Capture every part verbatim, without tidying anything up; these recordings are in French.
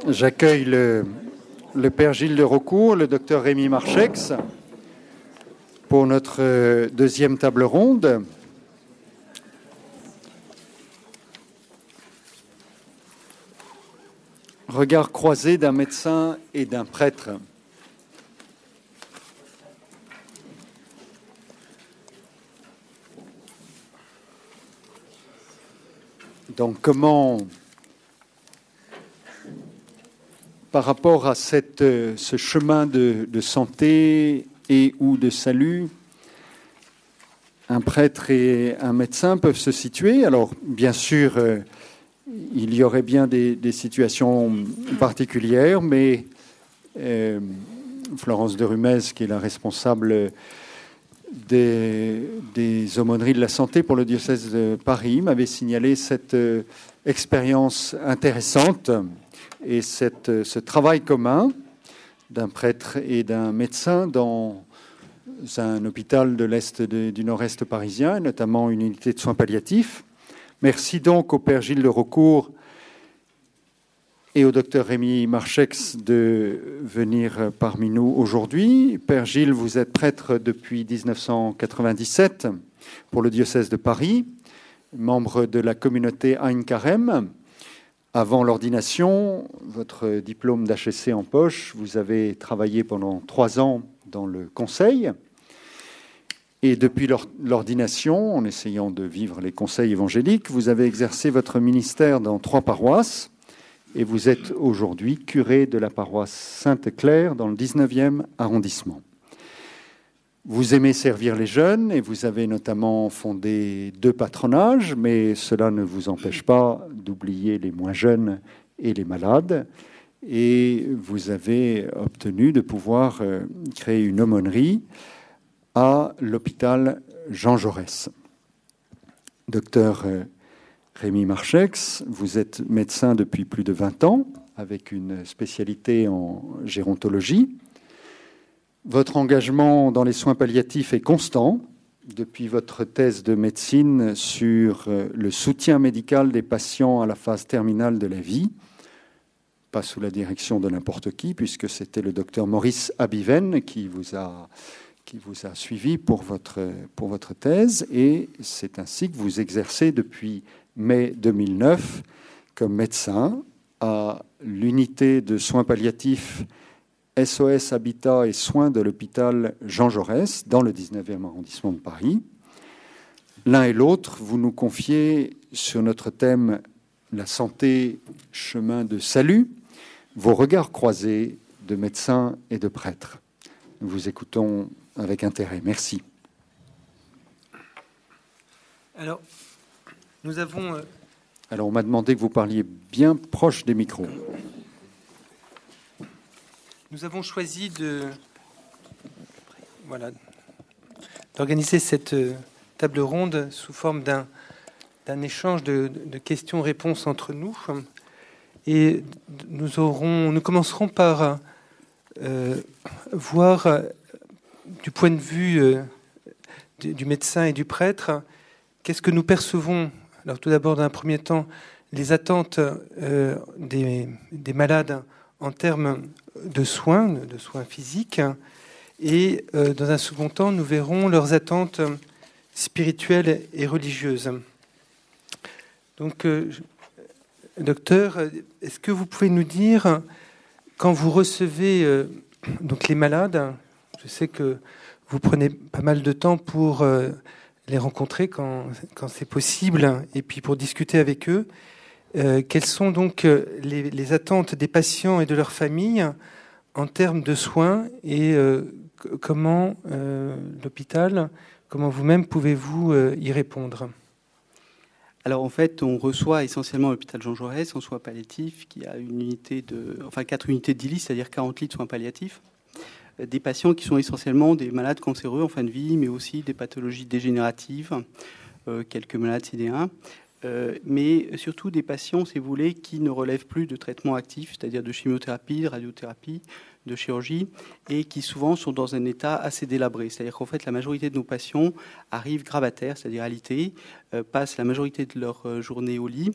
J'accueille le, le père Gilles de Raucourt, le docteur Rémy Marchex, pour notre deuxième table ronde. Regard croisé d'un médecin et d'un prêtre. Donc, comment, par rapport à cette, ce chemin de, de santé et ou de salut, un prêtre et un médecin peuvent se situer? Alors, bien sûr, euh, il y aurait bien des, des situations particulières, mais euh, Florence de Rumez, qui est la responsable Des, des aumôneries de la santé pour le diocèse de Paris, m'avait signalé cette euh, expérience intéressante et cette, ce travail commun d'un prêtre et d'un médecin dans un hôpital de l'Est de, du Nord-Est parisien, notamment une unité de soins palliatifs. Merci donc au père Gilles de Raucourt et au docteur Rémy Marchex de venir parmi nous aujourd'hui. Père Gilles, vous êtes prêtre depuis dix-neuf cent quatre-vingt-dix-sept pour le diocèse de Paris, membre de la communauté Ein Carême. Avant l'ordination, votre diplôme d'H S C en poche, vous avez travaillé pendant trois ans dans le conseil. Et depuis l'ordination, en essayant de vivre les conseils évangéliques, vous avez exercé votre ministère dans trois paroisses. Et vous êtes aujourd'hui curé de la paroisse Sainte-Claire dans le dix-neuvième arrondissement. Vous aimez servir les jeunes et vous avez notamment fondé deux patronages, mais cela ne vous empêche pas d'oublier les moins jeunes et les malades. Et vous avez obtenu de pouvoir créer une aumônerie à l'hôpital Jean Jaurès. Docteur Rémy Marchex, vous êtes médecin depuis plus de vingt ans, avec une spécialité en gérontologie. Votre engagement dans les soins palliatifs est constant, depuis votre thèse de médecine sur le soutien médical des patients à la phase terminale de la vie, pas sous la direction de n'importe qui, puisque c'était le docteur Maurice Abiven qui vous a, qui vous a suivi pour votre, pour votre thèse, et c'est ainsi que vous exercez depuis mai deux mille neuf comme médecin à l'unité de soins palliatifs S O S Habitat et Soins de l'hôpital Jean Jaurès dans le dix-neuvième arrondissement de Paris. L'un et l'autre, vous nous confiez sur notre thème « La santé, chemin de salut », vos regards croisés de médecins et de prêtres. Nous vous écoutons avec intérêt. Merci. Alors, Nous avons... Euh... Alors, on m'a demandé que vous parliez bien proche des micros. Nous avons choisi de, voilà, d'organiser cette table ronde sous forme d'un, d'un échange de, de questions-réponses entre nous. Et nous, aurons, nous commencerons par euh, voir, euh, du point de vue euh, du, du médecin et du prêtre, qu'est-ce que nous percevons. Alors tout d'abord, dans un premier temps, les attentes euh, des, des malades en termes de soins, de soins physiques. Et euh, dans un second temps, nous verrons leurs attentes spirituelles et religieuses. Donc, euh, docteur, est-ce que vous pouvez nous dire, quand vous recevez euh, donc les malades, je sais que vous prenez pas mal de temps pour... Euh, les rencontrer quand, quand c'est possible, et puis pour discuter avec eux. Euh, quelles sont donc les, les attentes des patients et de leurs familles en termes de soins, et euh, comment euh, l'hôpital, comment vous-même pouvez-vous euh, y répondre? Alors en fait, on reçoit essentiellement l'hôpital Jean Jaurès en soins palliatifs, qui a une unité de, enfin quatre unités de dix lits, c'est-à-dire quarante lits de soins palliatifs. Des patients qui sont essentiellement des malades cancéreux en fin de vie, mais aussi des pathologies dégénératives, euh, quelques malades C D un, euh, mais surtout des patients, si vous voulez, qui ne relèvent plus de traitements actifs, c'est-à-dire de chimiothérapie, de radiothérapie, de chirurgie, et qui souvent sont dans un état assez délabré. C'est-à-dire qu'en fait, la majorité de nos patients arrivent gravataires, c'est-à-dire alités, euh, passent la majorité de leur journée au lit,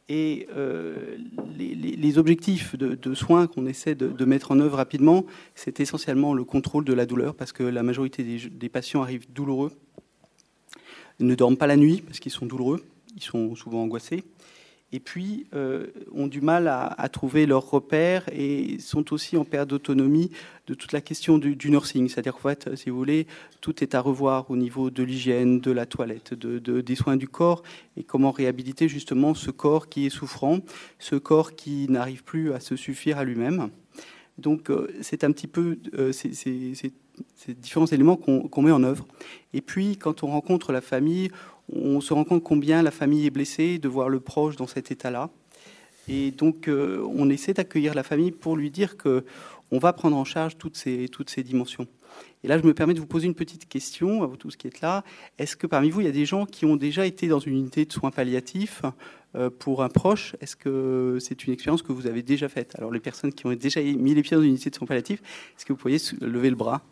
Et euh, les, les, les objectifs de, de soins qu'on essaie de, de mettre en œuvre rapidement, c'est essentiellement le contrôle de la douleur, parce que la majorité des, des patients arrivent douloureux, ils ne dorment pas la nuit parce qu'ils sont douloureux, ils sont souvent angoissés, et puis euh, ont du mal à, à trouver leurs repères et sont aussi en perte d'autonomie de toute la question du, du nursing. C'est-à-dire qu'en fait, si vous voulez, tout est à revoir au niveau de l'hygiène, de la toilette, de, de, des soins du corps, et comment réhabiliter justement ce corps qui est souffrant, ce corps qui n'arrive plus à se suffire à lui-même. Donc euh, c'est un petit peu euh, c'est, c'est, c'est, ces différents éléments qu'on, qu'on met en œuvre. Et puis quand on rencontre la famille, on se rend compte combien la famille est blessée de voir le proche dans cet état-là. Et donc euh, on essaie d'accueillir la famille pour lui dire qu'on va prendre en charge toutes ces, toutes ces dimensions. Et là, je me permets de vous poser une petite question, à vous tous qui êtes là. Est-ce que parmi vous, il y a des gens qui ont déjà été dans une unité de soins palliatifs euh, pour un proche? Est-ce que c'est une expérience que vous avez déjà faite? Alors, les personnes qui ont déjà mis les pieds dans une unité de soins palliatifs, est-ce que vous pourriez lever le bras?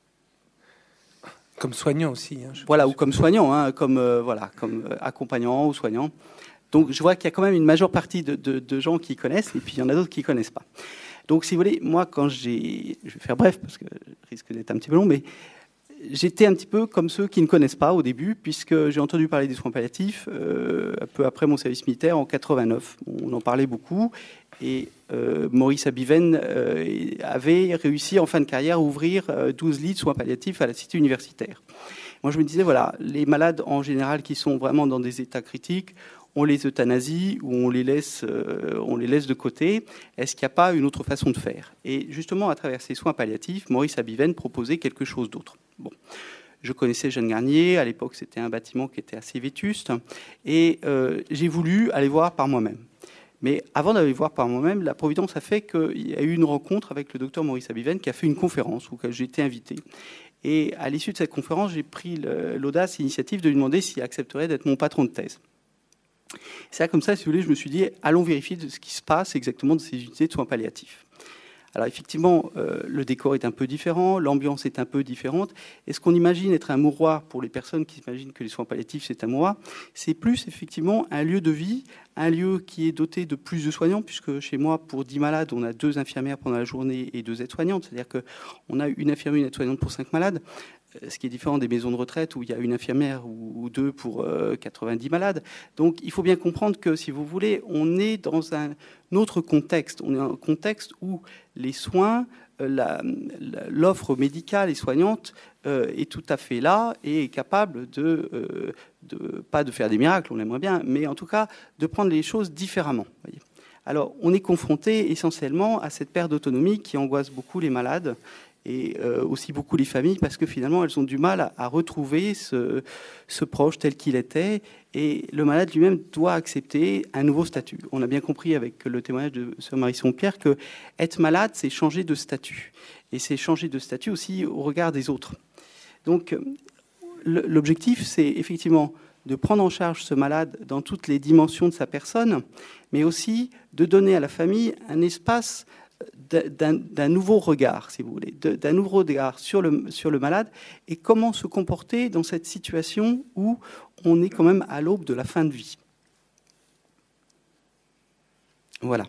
Comme soignant aussi. Hein, voilà, ou comme soignant, hein, comme, euh, voilà, comme euh, accompagnant ou soignant. Donc, je vois qu'il y a quand même une majeure partie de, de, de gens qui connaissent, et puis il y en a d'autres qui ne connaissent pas. Donc, si vous voulez, moi, quand j'ai... Je vais faire bref, parce que je risque d'être un petit peu long, mais j'étais un petit peu comme ceux qui ne connaissent pas au début, puisque j'ai entendu parler des soins palliatifs euh, un peu après mon service militaire, en quatre-vingt-neuf. On en parlait beaucoup, et euh, Maurice Abiven euh, avait réussi, en fin de carrière, à ouvrir euh, douze lits de soins palliatifs à la cité universitaire. Moi, je me disais, voilà, les malades, en général, qui sont vraiment dans des états critiques, on les euthanasie ou on les laisse, euh, on les laisse de côté. Est-ce qu'il n'y a pas une autre façon de faire? Et justement, à travers ces soins palliatifs, Maurice Abiven proposait quelque chose d'autre. Bon. Je connaissais Jeanne Garnier. À l'époque, c'était un bâtiment qui était assez vétuste. Et euh, j'ai voulu aller voir par moi-même. Mais avant d'aller voir par moi-même, la Providence a fait qu'il y a eu une rencontre avec le docteur Maurice Abiven qui a fait une conférence où j'ai été invité. Et à l'issue de cette conférence, j'ai pris l'audace et l'initiative de lui demander s'il accepterait d'être mon patron de thèse. C'est comme ça, si vous voulez, je me suis dit, allons vérifier ce qui se passe exactement dans ces unités de soins palliatifs. Alors effectivement, euh, le décor est un peu différent, l'ambiance est un peu différente. Et ce qu'on imagine être un mouroir pour les personnes qui imaginent que les soins palliatifs, c'est un mouroir, c'est plus effectivement un lieu de vie, un lieu qui est doté de plus de soignants, puisque chez moi, pour dix malades, on a deux infirmières pendant la journée et deux aides-soignantes. C'est-à-dire qu'on a une infirmière et une aide-soignante pour cinq malades, ce qui est différent des maisons de retraite où il y a une infirmière ou deux pour quatre-vingt-dix malades. Donc il faut bien comprendre que, si vous voulez, on est dans un autre contexte. On est dans un contexte où les soins, la, la, l'offre médicale et soignante euh, est tout à fait là et est capable de, euh, de, pas de faire des miracles, on l'aimerait bien, mais en tout cas de prendre les choses différemment. Voyez. Alors on est confronté essentiellement à cette perte d'autonomie qui angoisse beaucoup les malades et euh, aussi beaucoup les familles, parce que finalement elles ont du mal à, à retrouver ce, ce proche tel qu'il était, et le malade lui-même doit accepter un nouveau statut. On a bien compris avec le témoignage de sœur Marie-Saint-Pierre que être malade, c'est changer de statut, et c'est changer de statut aussi au regard des autres. Donc le, l'objectif, c'est effectivement de prendre en charge ce malade dans toutes les dimensions de sa personne, mais aussi de donner à la famille un espace D'un, d'un nouveau regard, si vous voulez, de, d'un nouveau regard sur le, sur le malade, et comment se comporter dans cette situation où on est quand même à l'aube de la fin de vie. Voilà.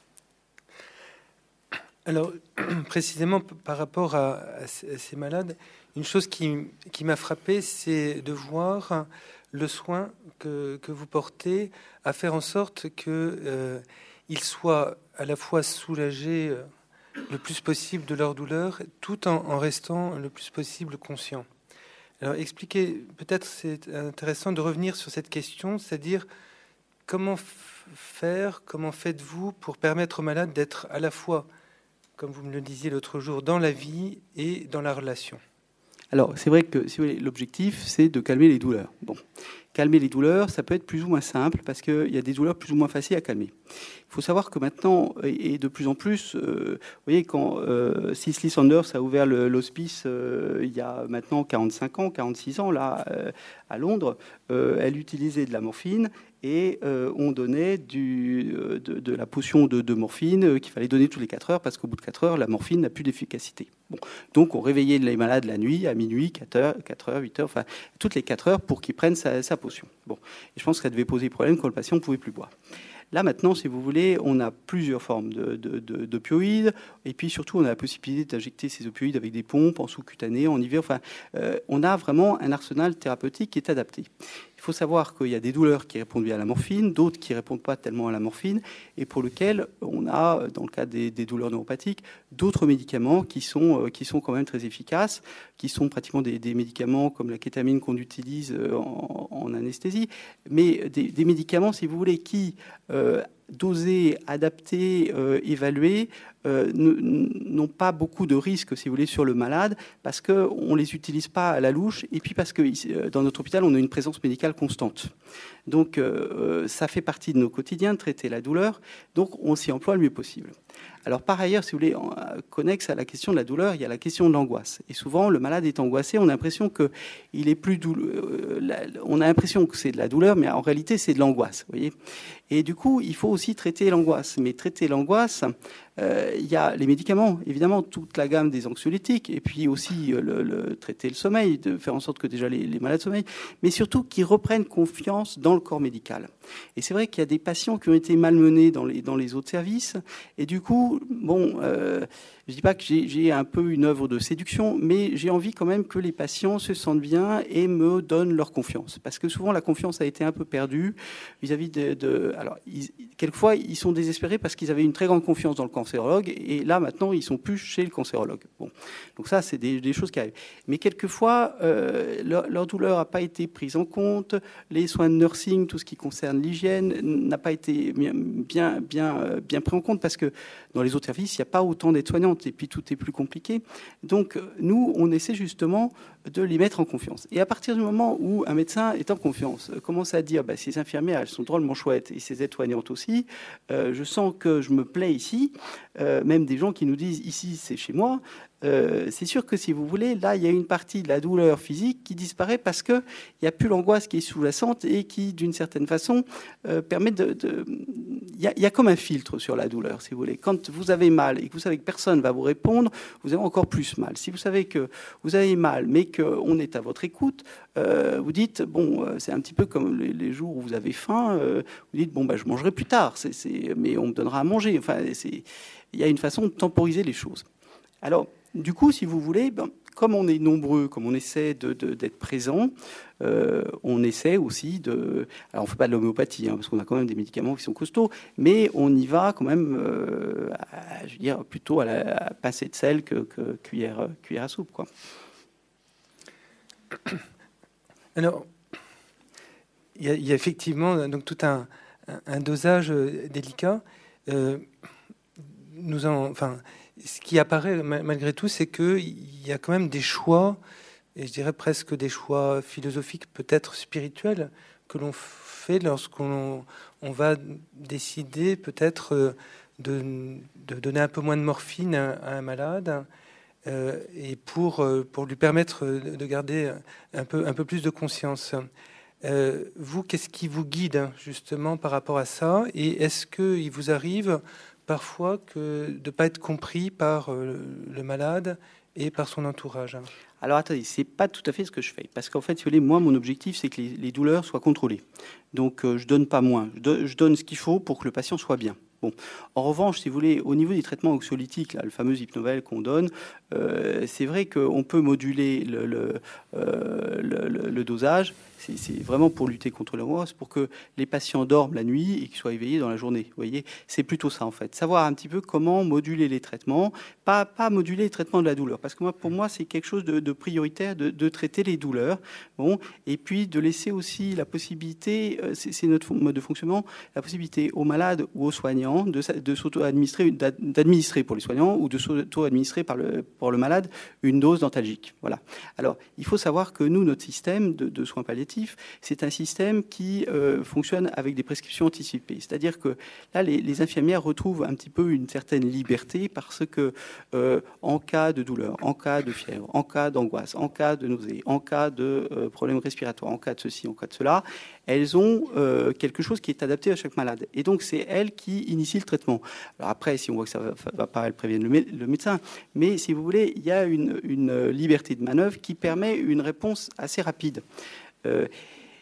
Alors, précisément par rapport à, à ces malades, une chose qui, qui m'a frappé, c'est de voir le soin que, que vous portez à faire en sorte que euh, ils soient à la fois soulagés le plus possible de leur douleur, tout en, en restant le plus possible conscients. Alors, expliquez, peut-être c'est intéressant de revenir sur cette question, c'est-à-dire comment f- faire, comment faites-vous pour permettre aux malades d'être à la fois, comme vous me le disiez l'autre jour, dans la vie et dans la relation? Alors, c'est vrai que si vous voulez, l'objectif, c'est de calmer les douleurs. Bon, calmer les douleurs, ça peut être plus ou moins simple, parce qu'il y a des douleurs plus ou moins faciles à calmer. Il faut savoir que maintenant, et de plus en plus, euh, vous voyez, quand euh, Cicely Saunders a ouvert le, l'hospice euh, il y a maintenant quarante-cinq ans, quarante-six ans, là, euh, à Londres, euh, elle utilisait de la morphine, et euh, on donnait du, de, de la potion de, de morphine euh, qu'il fallait donner tous les quatre heures, parce qu'au bout de quatre heures, la morphine n'a plus d'efficacité. Bon. Donc on réveillait les malades la nuit, à minuit, quatre heures, quatre heures, huit heures, enfin toutes les quatre heures pour qu'ils prennent sa, sa potion. Bon. Et je pense que ça devait poser problème quand le patient ne pouvait plus boire. Là, maintenant, si vous voulez, on a plusieurs formes de, de, de, d'opioïdes, et puis surtout, on a la possibilité d'injecter ces opioïdes avec des pompes en sous-cutané, en I V. Enfin, euh, on a vraiment un arsenal thérapeutique qui est adapté. Il faut savoir qu'il y a des douleurs qui répondent bien à la morphine, d'autres qui ne répondent pas tellement à la morphine, et pour lesquelles on a, dans le cas des, des douleurs neuropathiques, d'autres médicaments qui sont, qui sont quand même très efficaces, qui sont pratiquement des, des médicaments comme la kétamine qu'on utilise en, en anesthésie, mais des, des médicaments, si vous voulez, qui, euh, dosés, adaptés, euh, évalués, euh, n'ont pas beaucoup de risques, si vous voulez, sur le malade, parce qu'on ne les utilise pas à la louche, et puis parce que dans notre hôpital, on a une présence médicale constante. Donc, euh, ça fait partie de nos quotidiens de traiter la douleur, donc on s'y emploie le mieux possible. Alors, par ailleurs, si vous voulez, connexe à la question de la douleur, il y a la question de l'angoisse. Et souvent, le malade est angoissé, on a l'impression qu'il est plus douleux. On a l'impression que c'est de la douleur, mais en réalité, c'est de l'angoisse, vous voyez. Et du coup, il faut aussi traiter l'angoisse. Mais traiter l'angoisse, euh, il y a les médicaments, évidemment, toute la gamme des anxiolytiques, et puis aussi le, le traiter le sommeil, de faire en sorte que déjà les, les malades sommeillent, mais surtout qu'ils reprennent confiance dans le corps médical. Et c'est vrai qu'il y a des patients qui ont été malmenés dans les, dans les autres services, et du coup, bon, euh, je ne dis pas que j'ai, j'ai un peu une œuvre de séduction, mais j'ai envie quand même que les patients se sentent bien et me donnent leur confiance. Parce que souvent, la confiance a été un peu perdue vis-à-vis de... de alors, ils, quelquefois, ils sont désespérés parce qu'ils avaient une très grande confiance dans le cancérologue, et là, maintenant, ils ne sont plus chez le cancérologue. Bon. Donc ça, c'est des, des choses qui arrivent. Mais quelquefois, euh, leur, leur douleur n'a pas été prise en compte, les soins de nursing, tout ce qui concerne l'hygiène, n'a pas été bien, bien, bien, bien pris en compte, parce que dans les autres services, il n'y a pas autant d'aides-soignantes, et puis tout est plus compliqué. Donc, nous, on essaie justement de les mettre en confiance. Et à partir du moment où un médecin est en confiance, commence à dire bah, ces infirmières, elles sont drôlement chouettes, et ces aides-soignantes aussi, euh, je sens que je me plais ici, euh, même des gens qui nous disent ici, c'est chez moi. Euh, c'est sûr que si vous voulez, là, il y a une partie de la douleur physique qui disparaît parce qu'il n'y a plus l'angoisse qui est sous-jacente et qui, d'une certaine façon, euh, permet de... de... Il, y a, il y a comme un filtre sur la douleur, si vous voulez. Quand vous avez mal et que vous savez que personne ne va vous répondre, vous avez encore plus mal. Si vous savez que vous avez mal, mais qu'on est à votre écoute, euh, vous dites, bon, c'est un petit peu comme les, les jours où vous avez faim, euh, vous dites, bon, bah, je mangerai plus tard, c'est, c'est... mais on me donnera à manger. Enfin, c'est... il y a une façon de temporiser les choses. Alors, du coup, si vous voulez, ben, comme on est nombreux, comme on essaie de, de, d'être présent, euh, on essaie aussi de... Alors, on ne fait pas de l'homéopathie, hein, parce qu'on a quand même des médicaments qui sont costauds, mais on y va quand même, euh, à, je veux dire, plutôt à la à pincée de sel que, que cuillère, cuillère à soupe, quoi. Alors, il y, y a effectivement donc, tout un, un, un dosage délicat. Euh, nous en... Enfin, ce qui apparaît malgré tout, c'est qu'il y a quand même des choix, et je dirais presque des choix philosophiques, peut-être spirituels, que l'on fait lorsqu'on on va décider peut-être de, de donner un peu moins de morphine à, à un malade, euh, et pour, pour lui permettre de garder un peu, un peu plus de conscience. Euh, vous, qu'est-ce qui vous guide justement par rapport à ça? Et est-ce qu'il vous arrive parfois que de ne pas être compris par euh, le malade et par son entourage? Alors attendez, c'est pas tout à fait ce que je fais, parce qu'en fait, si vous voulez, moi, mon objectif, c'est que les, les douleurs soient contrôlées. Donc, euh, je donne pas moins, je, do- je donne ce qu'il faut pour que le patient soit bien. Bon. En revanche, si vous voulez, au niveau des traitements anxiolytiques, là, le fameux Hypnovel qu'on donne, euh, c'est vrai qu'on peut moduler le, le, euh, le, le, le dosage. C'est, c'est vraiment pour lutter contre l'angoisse, pour que les patients dorment la nuit et qu'ils soient éveillés dans la journée. Vous voyez, c'est plutôt ça en fait. Savoir un petit peu comment moduler les traitements, pas, pas moduler les traitements de la douleur, parce que moi, pour moi, c'est quelque chose de, de prioritaire de, de traiter les douleurs. Bon, et puis de laisser aussi la possibilité, c'est, c'est notre mode de fonctionnement, la possibilité aux malades ou aux soignants de, de s'auto-administrer, d'administrer pour les soignants ou de s'auto-administrer par le, pour le malade une dose dentalgique. Voilà. Alors, il faut savoir que nous, notre système de, de soins palliatifs, c'est un système qui euh, fonctionne avec des prescriptions anticipées. C'est-à-dire que là, les, les infirmières retrouvent un petit peu une certaine liberté parce que euh, en cas de douleur, en cas de fièvre, en cas d'angoisse, en cas de nausée, en cas de euh, problèmes respiratoires, en cas de ceci, en cas de cela, elles ont euh, quelque chose qui est adapté à chaque malade. Et donc, c'est elles qui initient le traitement. Alors après, si on voit que ça ne va, va pas, elles préviennent le, mé- le médecin. Mais si vous voulez, il y a une, une liberté de manœuvre qui permet une réponse assez rapide. Euh,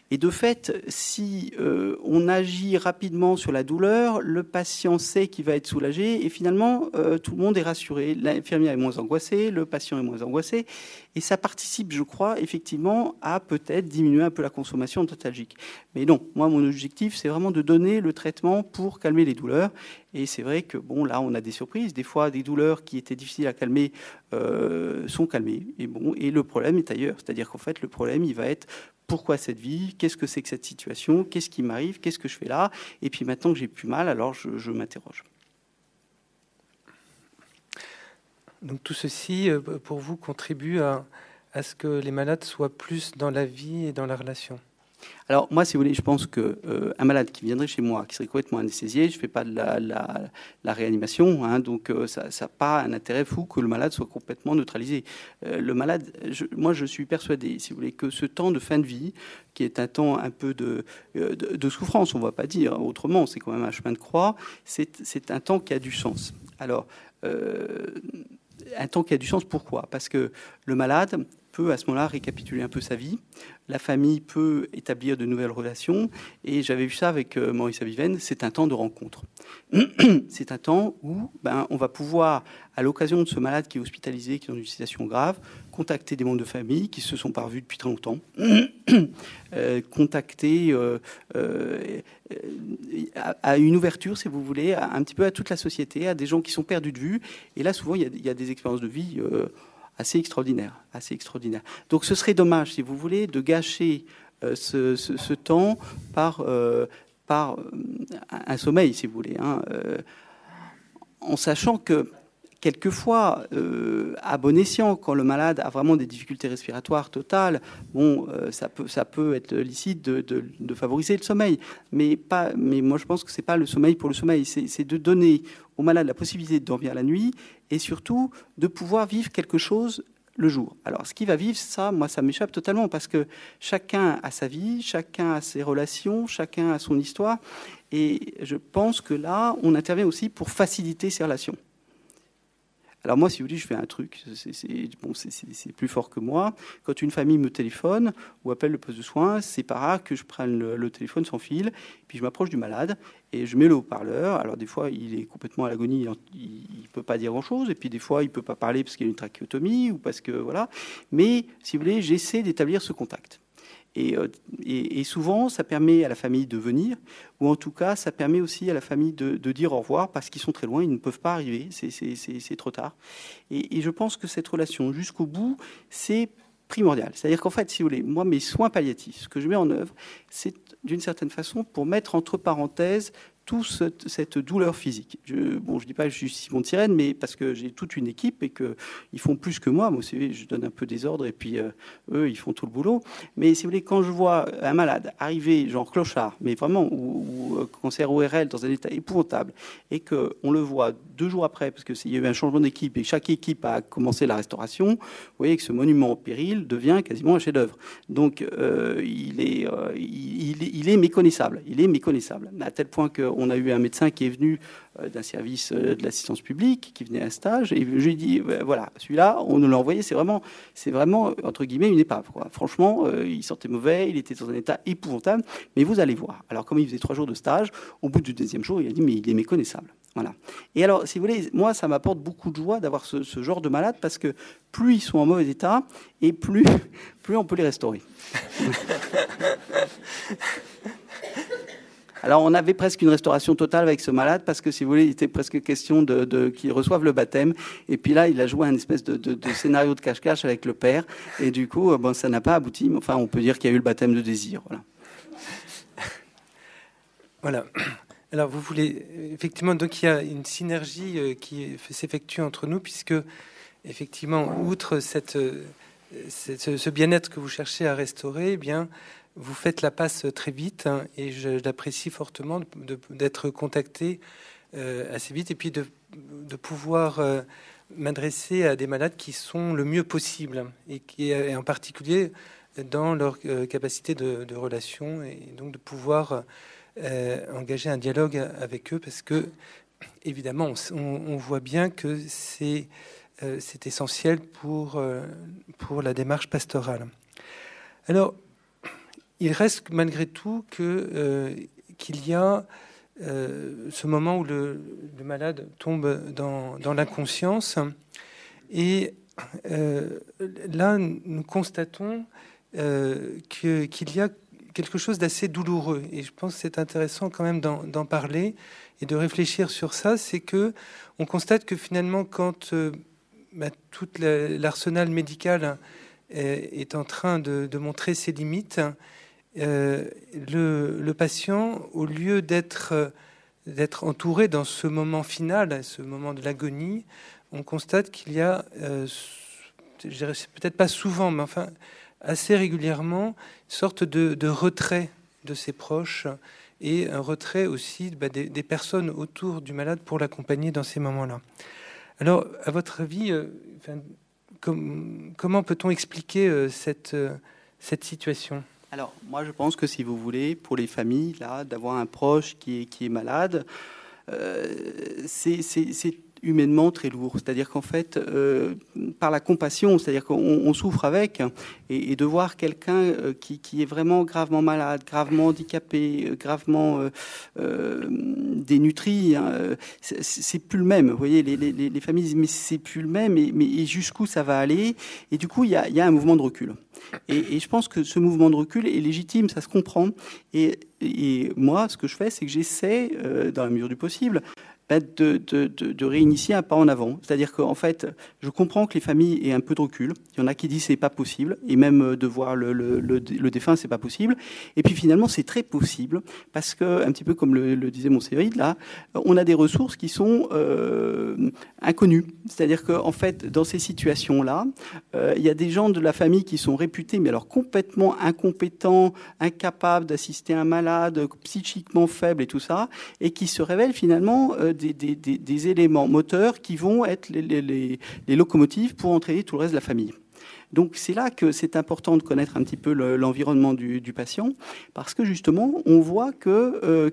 Et de fait, si euh, on agit rapidement sur la douleur, le patient sait qu'il va être soulagé et finalement, euh, tout le monde est rassuré. L'infirmière est moins angoissée, le patient est moins angoissé. Et ça participe, je crois, effectivement, à peut-être diminuer un peu la consommation antalgique. Mais non, moi, mon objectif, c'est vraiment de donner le traitement pour calmer les douleurs. Et c'est vrai que, bon, là, on a des surprises. Des fois, des douleurs qui étaient difficiles à calmer euh, sont calmées. Et, bon, et le problème est ailleurs. C'est-à-dire qu'en fait, le problème, il va être pourquoi cette vie ? Qu'est-ce que c'est que cette situation ? Qu'est-ce qui m'arrive ? Qu'est-ce que je fais là ? Et puis maintenant que j'ai plus mal, alors je, je m'interroge. Donc tout ceci, pour vous, contribue à, à ce que les malades soient plus dans la vie et dans la relation ? Alors moi, si vous voulez, je pense qu'un euh, malade qui viendrait chez moi, qui serait complètement anesthésié, je ne fais pas de la, la, la réanimation, hein, donc euh, ça n'a pas un intérêt fou que le malade soit complètement neutralisé. Euh, le malade, je, moi je suis persuadé, si vous voulez, que ce temps de fin de vie, qui est un temps un peu de, de, de souffrance, on ne va pas dire autrement, c'est quand même un chemin de croix, c'est, c'est un temps qui a du sens. Alors, euh, un temps qui a du sens, pourquoi ? Parce que le malade peut à ce moment-là récapituler un peu sa vie, la famille peut établir de nouvelles relations, et j'avais vu ça avec euh, Maurice Aviven, c'est un temps de rencontre. C'est un temps où ben, on va pouvoir, à l'occasion de ce malade qui est hospitalisé, qui est dans une situation grave, contacter des membres de famille qui se sont pas revus depuis très longtemps, euh, contacter euh, euh, à, à une ouverture, si vous voulez, à, un petit peu à toute la société, à des gens qui sont perdus de vue, et là souvent il y a, il y a des expériences de vie euh, assez extraordinaire, assez extraordinaire. Donc ce serait dommage, si vous voulez, de gâcher euh, ce, ce, ce temps par, euh, par un sommeil, si vous voulez, hein, euh, en sachant que quelquefois, euh, à bon escient, quand le malade a vraiment des difficultés respiratoires totales, bon, euh, ça peut, ça peut être licite de, de, de favoriser le sommeil, mais pas. Mais moi, je pense que c'est pas le sommeil pour le sommeil, c'est, c'est de donner au malade la possibilité de dormir la nuit et surtout de pouvoir vivre quelque chose le jour. Alors, ce qui va vivre, ça, moi, ça m'échappe totalement parce que chacun a sa vie, chacun a ses relations, chacun a son histoire, et je pense que là, on intervient aussi pour faciliter ces relations. Alors moi, si vous voulez, je fais un truc, c'est, c'est, bon, c'est, c'est, c'est plus fort que moi. Quand une famille me téléphone ou appelle le poste de soins, c'est pas rare que je prenne le, le téléphone sans fil, puis je m'approche du malade et je mets le haut-parleur. Alors des fois, il est complètement à l'agonie, il ne peut pas dire grand-chose, et puis des fois, il ne peut pas parler parce qu'il y a une trachéotomie ou parce que voilà. Mais si vous voulez, j'essaie d'établir ce contact. Et, et, et souvent, ça permet à la famille de venir, ou en tout cas, ça permet aussi à la famille de, de dire au revoir, parce qu'ils sont très loin, ils ne peuvent pas arriver, c'est, c'est, c'est, c'est trop tard. Et, et je pense que cette relation jusqu'au bout, c'est primordial. C'est-à-dire qu'en fait, si vous voulez, moi, mes soins palliatifs, ce que je mets en œuvre, c'est d'une certaine façon pour mettre entre parenthèses toute cette, cette douleur physique. Je, bon, je ne dis pas que je suis Simon Tirène, mais parce que j'ai toute une équipe et qu'ils font plus que moi. Moi, vous savez, je donne un peu des ordres et puis euh, eux, ils font tout le boulot. Mais si vous voulez, quand je vois un malade arriver, genre clochard, mais vraiment, ou, ou cancer O R L dans un état épouvantable, et qu'on le voit deux jours après, parce qu'il y a eu un changement d'équipe et chaque équipe a commencé la restauration, vous voyez que ce monument en péril devient quasiment un chef-d'œuvre. Donc, euh, il, est, euh, il, il, est, il est méconnaissable. Il est méconnaissable, à tel point que on a eu un médecin qui est venu d'un service de l'assistance publique, qui venait à un stage, et je lui ai dit, voilà, celui-là, on nous l'a envoyé, c'est vraiment, c'est vraiment, entre guillemets, une épave, quoi. Franchement, euh, il sentait mauvais, il était dans un état épouvantable, mais vous allez voir. Alors, comme il faisait trois jours de stage, au bout du deuxième jour, il a dit, mais il est méconnaissable. Voilà. Et alors, si vous voulez, moi, ça m'apporte beaucoup de joie d'avoir ce, ce genre de malades, parce que plus ils sont en mauvais état, et plus, plus on peut les restaurer. Alors, on avait presque une restauration totale avec ce malade parce que, si vous voulez, il était presque question de, de qu'il reçoive le baptême. Et puis là, il a joué un espèce de, de, de scénario de cache-cache avec le père. Et du coup, bon, ça n'a pas abouti. Mais enfin, on peut dire qu'il y a eu le baptême de désir. Voilà. Voilà. Alors, vous voulez... Effectivement, donc, il y a une synergie qui s'effectue entre nous puisque, effectivement, outre cette, cette, ce bien-être que vous cherchez à restaurer, eh bien... vous faites la passe très vite hein, et je l'apprécie fortement de, de, d'être contacté euh, assez vite et puis de, de pouvoir euh, m'adresser à des malades qui sont le mieux possible et qui et en particulier dans leur euh, capacité de, de relation et donc de pouvoir euh, engager un dialogue avec eux parce que évidemment on, on voit bien que c'est, euh, c'est essentiel pour, euh, pour la démarche pastorale. Alors il reste malgré tout que, euh, qu'il y a euh, ce moment où le, le malade tombe dans, dans l'inconscience. Et euh, là, nous constatons euh, que, qu'il y a quelque chose d'assez douloureux. Et je pense que c'est intéressant quand même d'en, d'en parler et de réfléchir sur ça. C'est que on constate que finalement, quand euh, bah, tout l'arsenal médical est en train de, de montrer ses limites, euh, le, le patient, au lieu d'être, d'être entouré dans ce moment final, ce moment de l'agonie, on constate qu'il y a, euh, je dirais, peut-être pas souvent, mais enfin assez régulièrement, une sorte de, de retrait de ses proches et un retrait aussi bah, des, des personnes autour du malade pour l'accompagner dans ces moments-là. Alors, à votre avis, euh, enfin, Com- comment peut-on expliquer euh, cette, euh, cette situation ? Alors, moi, je pense que si vous voulez, pour les familles, là, d'avoir un proche qui est, qui est malade, euh, c'est, c'est, c'est humainement très lourd. C'est-à-dire qu'en fait, euh, par la compassion, c'est-à-dire qu'on on souffre avec, et, et de voir quelqu'un euh, qui, qui est vraiment gravement malade, gravement handicapé, gravement euh, euh, dénutri, hein, c'est, c'est plus le même. Vous voyez, les, les, les familles disent mais c'est plus le même, et, mais et jusqu'où ça va aller ? Et du coup, il y a, il y a un mouvement de recul. Et, et je pense que ce mouvement de recul est légitime, ça se comprend. Et, et moi, ce que je fais, c'est que j'essaie, euh, dans la mesure du possible, De, de, de, de réinitier un pas en avant. C'est-à-dire qu'en fait, je comprends que les familles aient un peu de recul. Il y en a qui disent c'est pas possible, et même de voir le, le, le, le défunt, c'est pas possible. Et puis finalement, c'est très possible, parce que, un petit peu comme le, le disait Montsévrid, là, on a des ressources qui sont euh, inconnues. C'est-à-dire qu'en fait, dans ces situations-là, euh, il y a des gens de la famille qui sont réputés, mais alors complètement incompétents, incapables d'assister un malade, psychiquement faible et tout ça, et qui se révèlent finalement euh, Des, des, des, des éléments moteurs qui vont être les, les, les, les locomotives pour entraîner tout le reste de la famille. Donc c'est là que c'est important de connaître un petit peu le, l'environnement du, du patient, parce que justement, on voit que euh,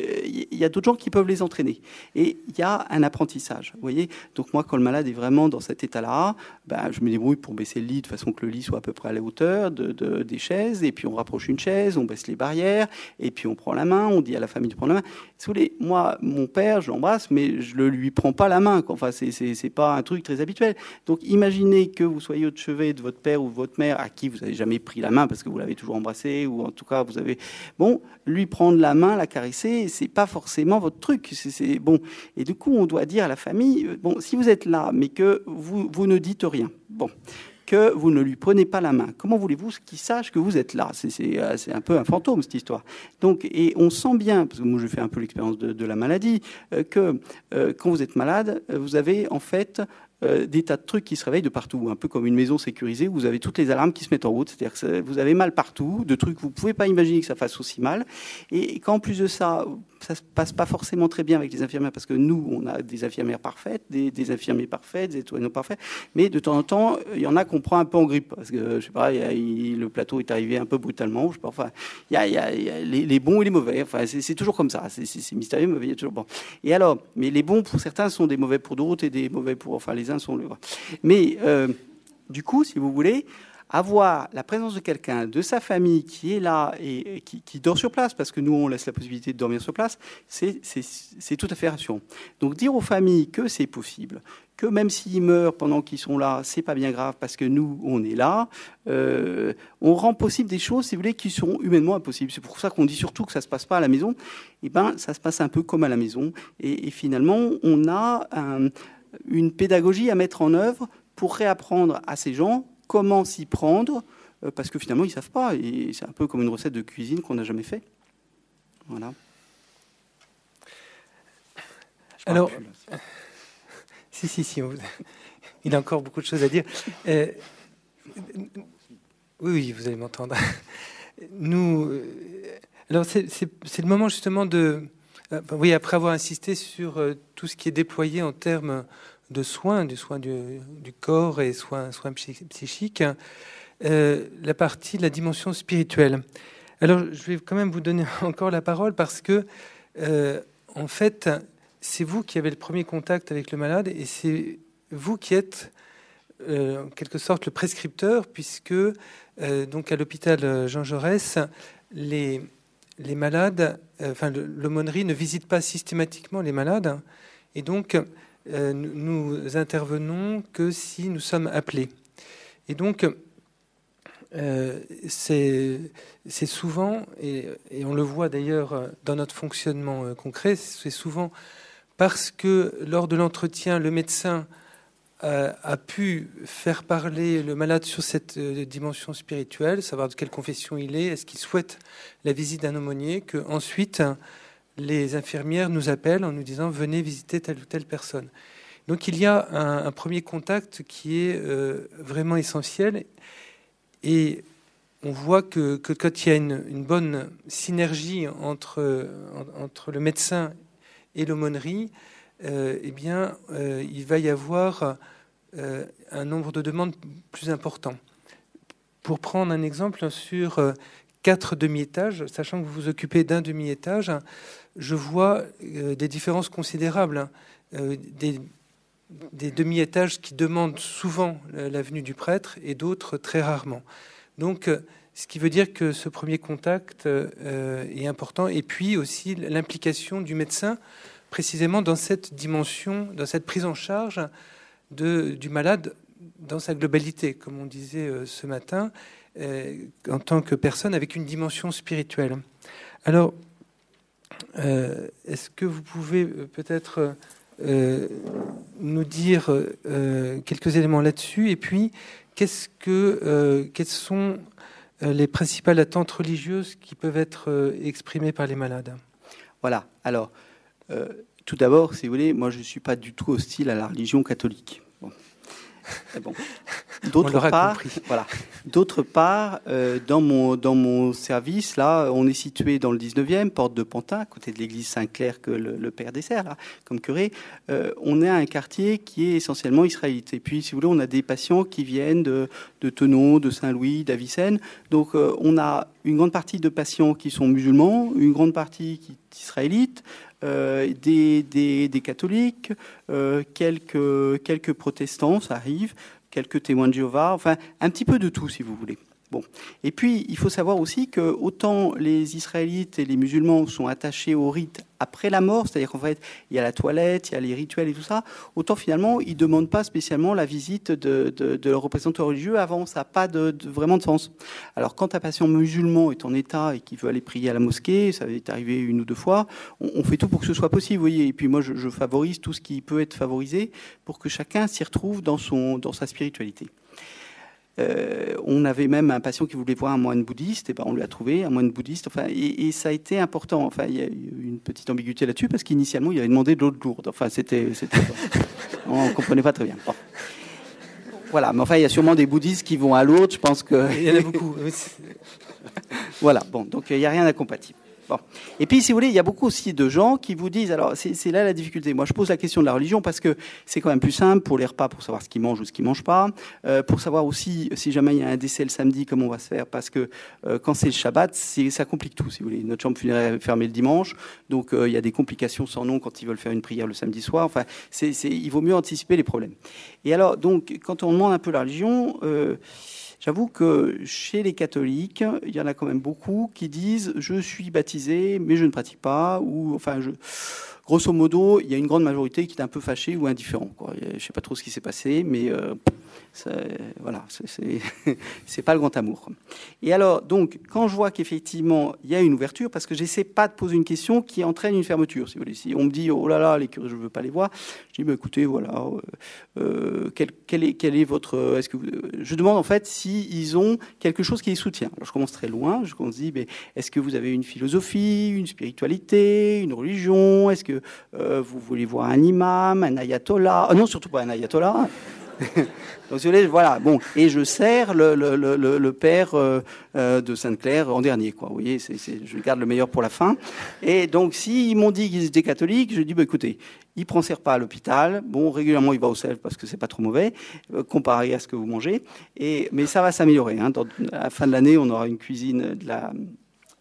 il y a d'autres gens qui peuvent les entraîner. Et il y a un apprentissage, vous voyez. Donc moi, quand le malade est vraiment dans cet état-là, ben, je me débrouille pour baisser le lit de façon que le lit soit à peu près à la hauteur de, de, des chaises, et puis on rapproche une chaise, on baisse les barrières, et puis on prend la main, on dit à la famille de prendre la main. Si vous voulez, moi, mon père, je l'embrasse, mais je ne lui prends pas la main, quoi. Enfin, c'est, c'est, c'est pas un truc très habituel. Donc imaginez que vous soyez au chevet de votre père ou de votre mère, à qui vous n'avez jamais pris la main, parce que vous l'avez toujours embrassé, ou en tout cas, vous avez... Bon, lui prendre la main, la caresser, c'est pas forcément votre truc. C'est, c'est bon. Et du coup, on doit dire à la famille, bon, si vous êtes là, mais que vous, vous ne dites rien, bon, que vous ne lui prenez pas la main, comment voulez-vous qu'il sache que vous êtes là ? C'est, c'est, c'est un peu un fantôme, cette histoire. Donc, et on sent bien, parce que moi, je fais un peu l'expérience de, de la maladie, euh, que euh, quand vous êtes malade, vous avez en fait euh, des tas de trucs qui se réveillent de partout, un peu comme une maison sécurisée où vous avez toutes les alarmes qui se mettent en route, c'est-à-dire que vous avez mal partout, de trucs que vous ne pouvez pas imaginer que ça fasse aussi mal, et qu'en plus de ça, ça ne se passe pas forcément très bien avec les infirmières, parce que nous, on a des infirmières parfaites, des, des infirmiers parfaits, des soignants parfaits, mais de temps en temps, il y en a qu'on prend un peu en grippe, parce que, je sais pas, y a, il, le plateau est arrivé un peu brutalement, je sais pas, enfin, il y a, y a, y a les, les bons et les mauvais, enfin, c'est, c'est toujours comme ça, c'est, c'est, c'est mystérieux, mais il y a toujours bon. Et alors, mais les bons pour certains sont des mauvais pour d'autres, et des mauvais pour, enfin, les uns sont le... Mais, euh, du coup, si vous voulez, avoir la présence de quelqu'un, de sa famille qui est là et qui, qui dort sur place, parce que nous, on laisse la possibilité de dormir sur place, c'est, c'est, c'est tout à fait rassurant. Donc, dire aux familles que c'est possible, que même s'ils meurent pendant qu'ils sont là, c'est pas bien grave, parce que nous, on est là, euh, on rend possible des choses, si vous voulez, qui seront humainement impossibles. C'est pour ça qu'on dit surtout que ça se passe pas à la maison. Eh ben, ça se passe un peu comme à la maison. Et, et finalement, on a un, une pédagogie à mettre en œuvre pour réapprendre à ces gens comment s'y prendre, euh, parce que finalement, ils ne savent pas. Et c'est un peu comme une recette de cuisine qu'on n'a jamais fait. Voilà. Alors, plus, si, si, si. On... Il a encore beaucoup de choses à dire. Euh... Oui, oui, vous allez m'entendre. Nous... Alors, c'est, c'est, c'est le moment justement de... Enfin, oui, après avoir insisté sur euh, tout ce qui est déployé en termes de soins, du soin du, du corps et soins, soins psychiques, euh, la partie de la dimension spirituelle. Alors, je vais quand même vous donner encore la parole parce que, euh, en fait, c'est vous qui avez le premier contact avec le malade et c'est vous qui êtes, euh, en quelque sorte, le prescripteur, puisque, euh, donc, à l'hôpital Jean Jaurès, les, les malades, euh, enfin, l'aumônerie ne visite pas systématiquement les malades, et donc euh, nous intervenons que si nous sommes appelés. Et donc, euh, c'est, c'est souvent, et, et on le voit d'ailleurs dans notre fonctionnement euh, concret, c'est souvent parce que lors de l'entretien, le médecin a, a pu faire parler le malade sur cette euh, dimension spirituelle, savoir de quelle confession il est, est-ce qu'il souhaite la visite d'un aumônier, qu'ensuite les infirmières nous appellent en nous disant « venez visiter telle ou telle personne ». Donc il y a un, un premier contact qui est euh, vraiment essentiel, et on voit que, que quand il y a une, une bonne synergie entre, entre le médecin et l'aumônerie, euh, eh bien, euh, il va y avoir euh, un nombre de demandes plus important. Pour prendre un exemple, sur euh, quatre demi-étages, sachant que vous vous occupez d'un demi-étage, je vois euh, des différences considérables, euh, des, des demi-étages qui demandent souvent la venue du prêtre et d'autres très rarement. Donc, euh, ce qui veut dire que ce premier contact euh, est important, et puis aussi l'implication du médecin précisément dans cette dimension, dans cette prise en charge de, du malade dans sa globalité, comme on disait euh, ce matin, euh, en tant que personne avec une dimension spirituelle. Alors, euh, est-ce que vous pouvez peut-être euh, nous dire euh, quelques éléments là-dessus, et puis qu'est-ce que, euh, quelles sont les principales attentes religieuses qui peuvent être euh, exprimées par les malades? Voilà, alors... Euh, tout d'abord, si vous voulez, moi je ne suis pas du tout hostile à la religion catholique. Bon. Bon. D'autre part, voilà. D'autre part, euh, dans mon dans mon service, là, on est situé dans le dix-neuvième, porte de Pantin, à côté de l'église Saint-Clair que le, le père dessert, là, comme curé. Euh, on est à un quartier qui est essentiellement israélite. Et puis, si vous voulez, on a des patients qui viennent de, de Thonon, de Saint-Louis, d'Avicenne. Donc, euh, on a une grande partie de patients qui sont musulmans, une grande partie qui est israélite. Euh, des, des, des catholiques, euh, quelques, quelques protestants, ça arrive, quelques témoins de Jéhovah, enfin un petit peu de tout si vous voulez. Bon. Et puis il faut savoir aussi que autant les Israélites et les musulmans sont attachés au rite après la mort, c'est-à-dire qu'en fait il y a la toilette, il y a les rituels et tout ça, autant finalement ils ne demandent pas spécialement la visite de, de, de leurs représentants religieux avant, ça n'a pas de, de, vraiment de sens. Alors quand un patient musulman est en état et qu'il veut aller prier à la mosquée, ça est arrivé une ou deux fois, on, on fait tout pour que ce soit possible, vous voyez. Et puis moi je, je favorise tout ce qui peut être favorisé pour que chacun s'y retrouve dans, son, dans sa spiritualité. Euh, on avait même un patient qui voulait voir un moine bouddhiste, et ben on lui a trouvé un moine bouddhiste. Enfin, et, et ça a été important. Enfin, il y a eu une petite ambiguïté là-dessus parce qu'initialement il avait demandé de l'eau de Lourdes. Enfin, c'était, c'était on comprenait pas très bien. Bon. Voilà, mais enfin, il y a sûrement des bouddhistes qui vont à Lourdes. Je pense que il y en a beaucoup. Voilà. Bon, donc il n'y a rien d'incompatible. Bon. Et puis, si vous voulez, il y a beaucoup aussi de gens qui vous disent, alors c'est, c'est là la difficulté. Moi, je pose la question de la religion parce que c'est quand même plus simple pour les repas, pour savoir ce qu'ils mangent ou ce qu'ils mangent pas, euh, pour savoir aussi si jamais il y a un décès le samedi, comment on va se faire, parce que euh, quand c'est le Shabbat, c'est, ça complique tout, si vous voulez. Notre chambre funéraire est fermée le dimanche, donc euh, il y a des complications sans nom quand ils veulent faire une prière le samedi soir. Enfin, c'est, c'est, il vaut mieux anticiper les problèmes. Et alors, donc, quand on demande un peu la religion, euh, j'avoue que chez les catholiques, il y en a quand même beaucoup qui disent « je suis baptisé, mais je ne pratique pas » ou enfin, je... grosso modo, il y a une grande majorité qui est un peu fâchée ou indifférent, quoi. Je ne sais pas trop ce qui s'est passé, mais euh, ça, voilà, c'est, c'est, c'est pas le grand amour. Et alors, donc, quand je vois qu'effectivement, il y a une ouverture, parce que j'essaie pas de poser une question qui entraîne une fermeture, si vous voulez. Si on me dit « oh là là, les curés, je ne veux pas les voir », je dis bah, « écoutez, voilà, euh, quel, quel, est, quel est votre... » est-ce que vous... Je demande en fait s'ils ont quelque chose qui les soutient. Alors, je commence très loin, je commence à dire « est-ce que vous avez une philosophie, une spiritualité, une religion ? Est-ce que euh, vous voulez voir un imam, un ayatollah ? » Ah non, surtout pas un ayatollah. Donc, si vous voulez, voilà, bon, et je sers le, le, le, le père euh, de Sainte-Claire en dernier, quoi. Vous voyez, c'est, c'est, je garde le meilleur pour la fin. Et donc, s'ils m'ont dit qu'ils étaient catholiques, je dis, bah, écoutez, il prend ses repas à l'hôpital. Bon, régulièrement, il va au self parce que c'est pas trop mauvais, euh, comparé à ce que vous mangez. Et, mais ça va s'améliorer, hein. Dans, à la fin de l'année, on aura une cuisine de la, comment ça s'appelle ?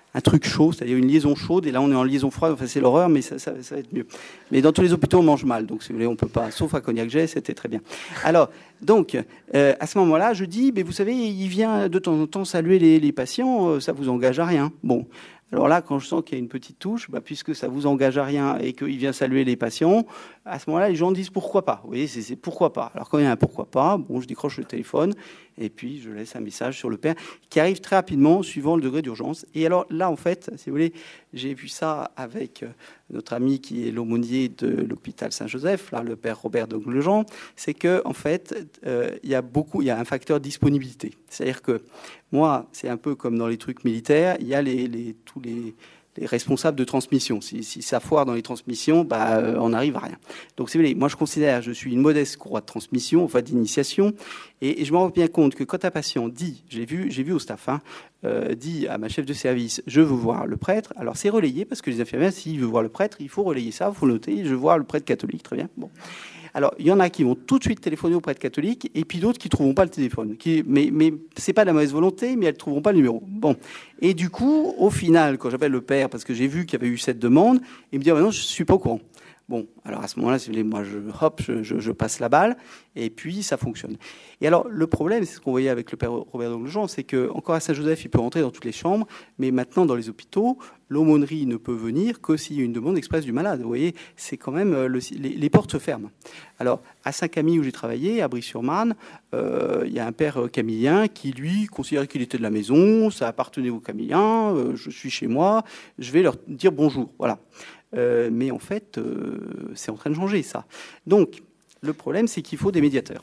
un truc chaud, c'est-à-dire une liaison chaude, et là on est en liaison froide, enfin c'est l'horreur, mais ça, ça, ça va être mieux. Mais dans tous les hôpitaux, on mange mal, donc si vous voulez, on peut pas, sauf à Cognac-Jet, c'était très bien. Alors, donc, euh, à ce moment-là, je dis, mais vous savez, il vient de temps en temps saluer les, les patients, euh, ça vous engage à rien. Bon. Alors là, quand je sens qu'il y a une petite touche, bah, puisque ça vous engage à rien et qu'il vient saluer les patients, à ce moment-là, les gens disent pourquoi pas. Vous voyez, c'est, c'est pourquoi pas. Alors quand il y a un pourquoi pas, bon, je décroche le téléphone et puis je laisse un message sur le père qui arrive très rapidement suivant le degré d'urgence. Et alors là, en fait, si vous voulez, j'ai vu ça avec notre ami qui est l'aumônier de l'hôpital Saint-Joseph, là, le père Robert Donglejean, c'est que en fait, euh, il y a beaucoup, il y a un facteur disponibilité. C'est-à-dire que moi, c'est un peu comme dans les trucs militaires, il y a les, les, tous les, les responsables de transmission. Si, si ça foire dans les transmissions, bah, euh, on n'arrive à rien. Donc, si vous voulez, moi, je considère, je suis une modeste courroie de transmission, enfin d'initiation, et, et je me rends bien compte que quand un patient dit, j'ai vu, j'ai vu au staff, hein, euh, dit à ma chef de service, je veux voir le prêtre, alors c'est relayé, parce que les infirmières, s'il veut voir le prêtre, il faut relayer ça, il faut noter, je veux voir le prêtre catholique, très bien, bon. Alors, il y en a qui vont tout de suite téléphoner au prêtre catholique, et puis d'autres qui ne trouveront pas le téléphone. Qui, mais mais ce n'est pas de la mauvaise volonté, mais elles ne trouveront pas le numéro. Bon. Et du coup, au final, quand j'appelle le père, parce que j'ai vu qu'il y avait eu cette demande, il me dit ah, « non, je ne suis pas au courant ». Bon, alors à ce moment-là, si vous voulez, moi, je, hop, je, je, je passe la balle, et puis ça fonctionne. Et alors, le problème, c'est ce qu'on voyait avec le père Robert Donglejean, c'est que encore à Saint-Joseph, il peut rentrer dans toutes les chambres, mais maintenant, dans les hôpitaux, l'aumônerie ne peut venir que s'il y a une demande expresse du malade. Vous voyez, c'est quand même, le, les, les portes se ferment. Alors, à Saint-Camille, où j'ai travaillé, à Brie-sur-Marne, euh, il y a un père camillien qui, lui, considérait qu'il était de la maison, ça appartenait aux camilliens, euh, je suis chez moi, je vais leur dire bonjour, voilà. Euh, mais en fait, euh, c'est en train de changer, ça. Donc, le problème, c'est qu'il faut des médiateurs.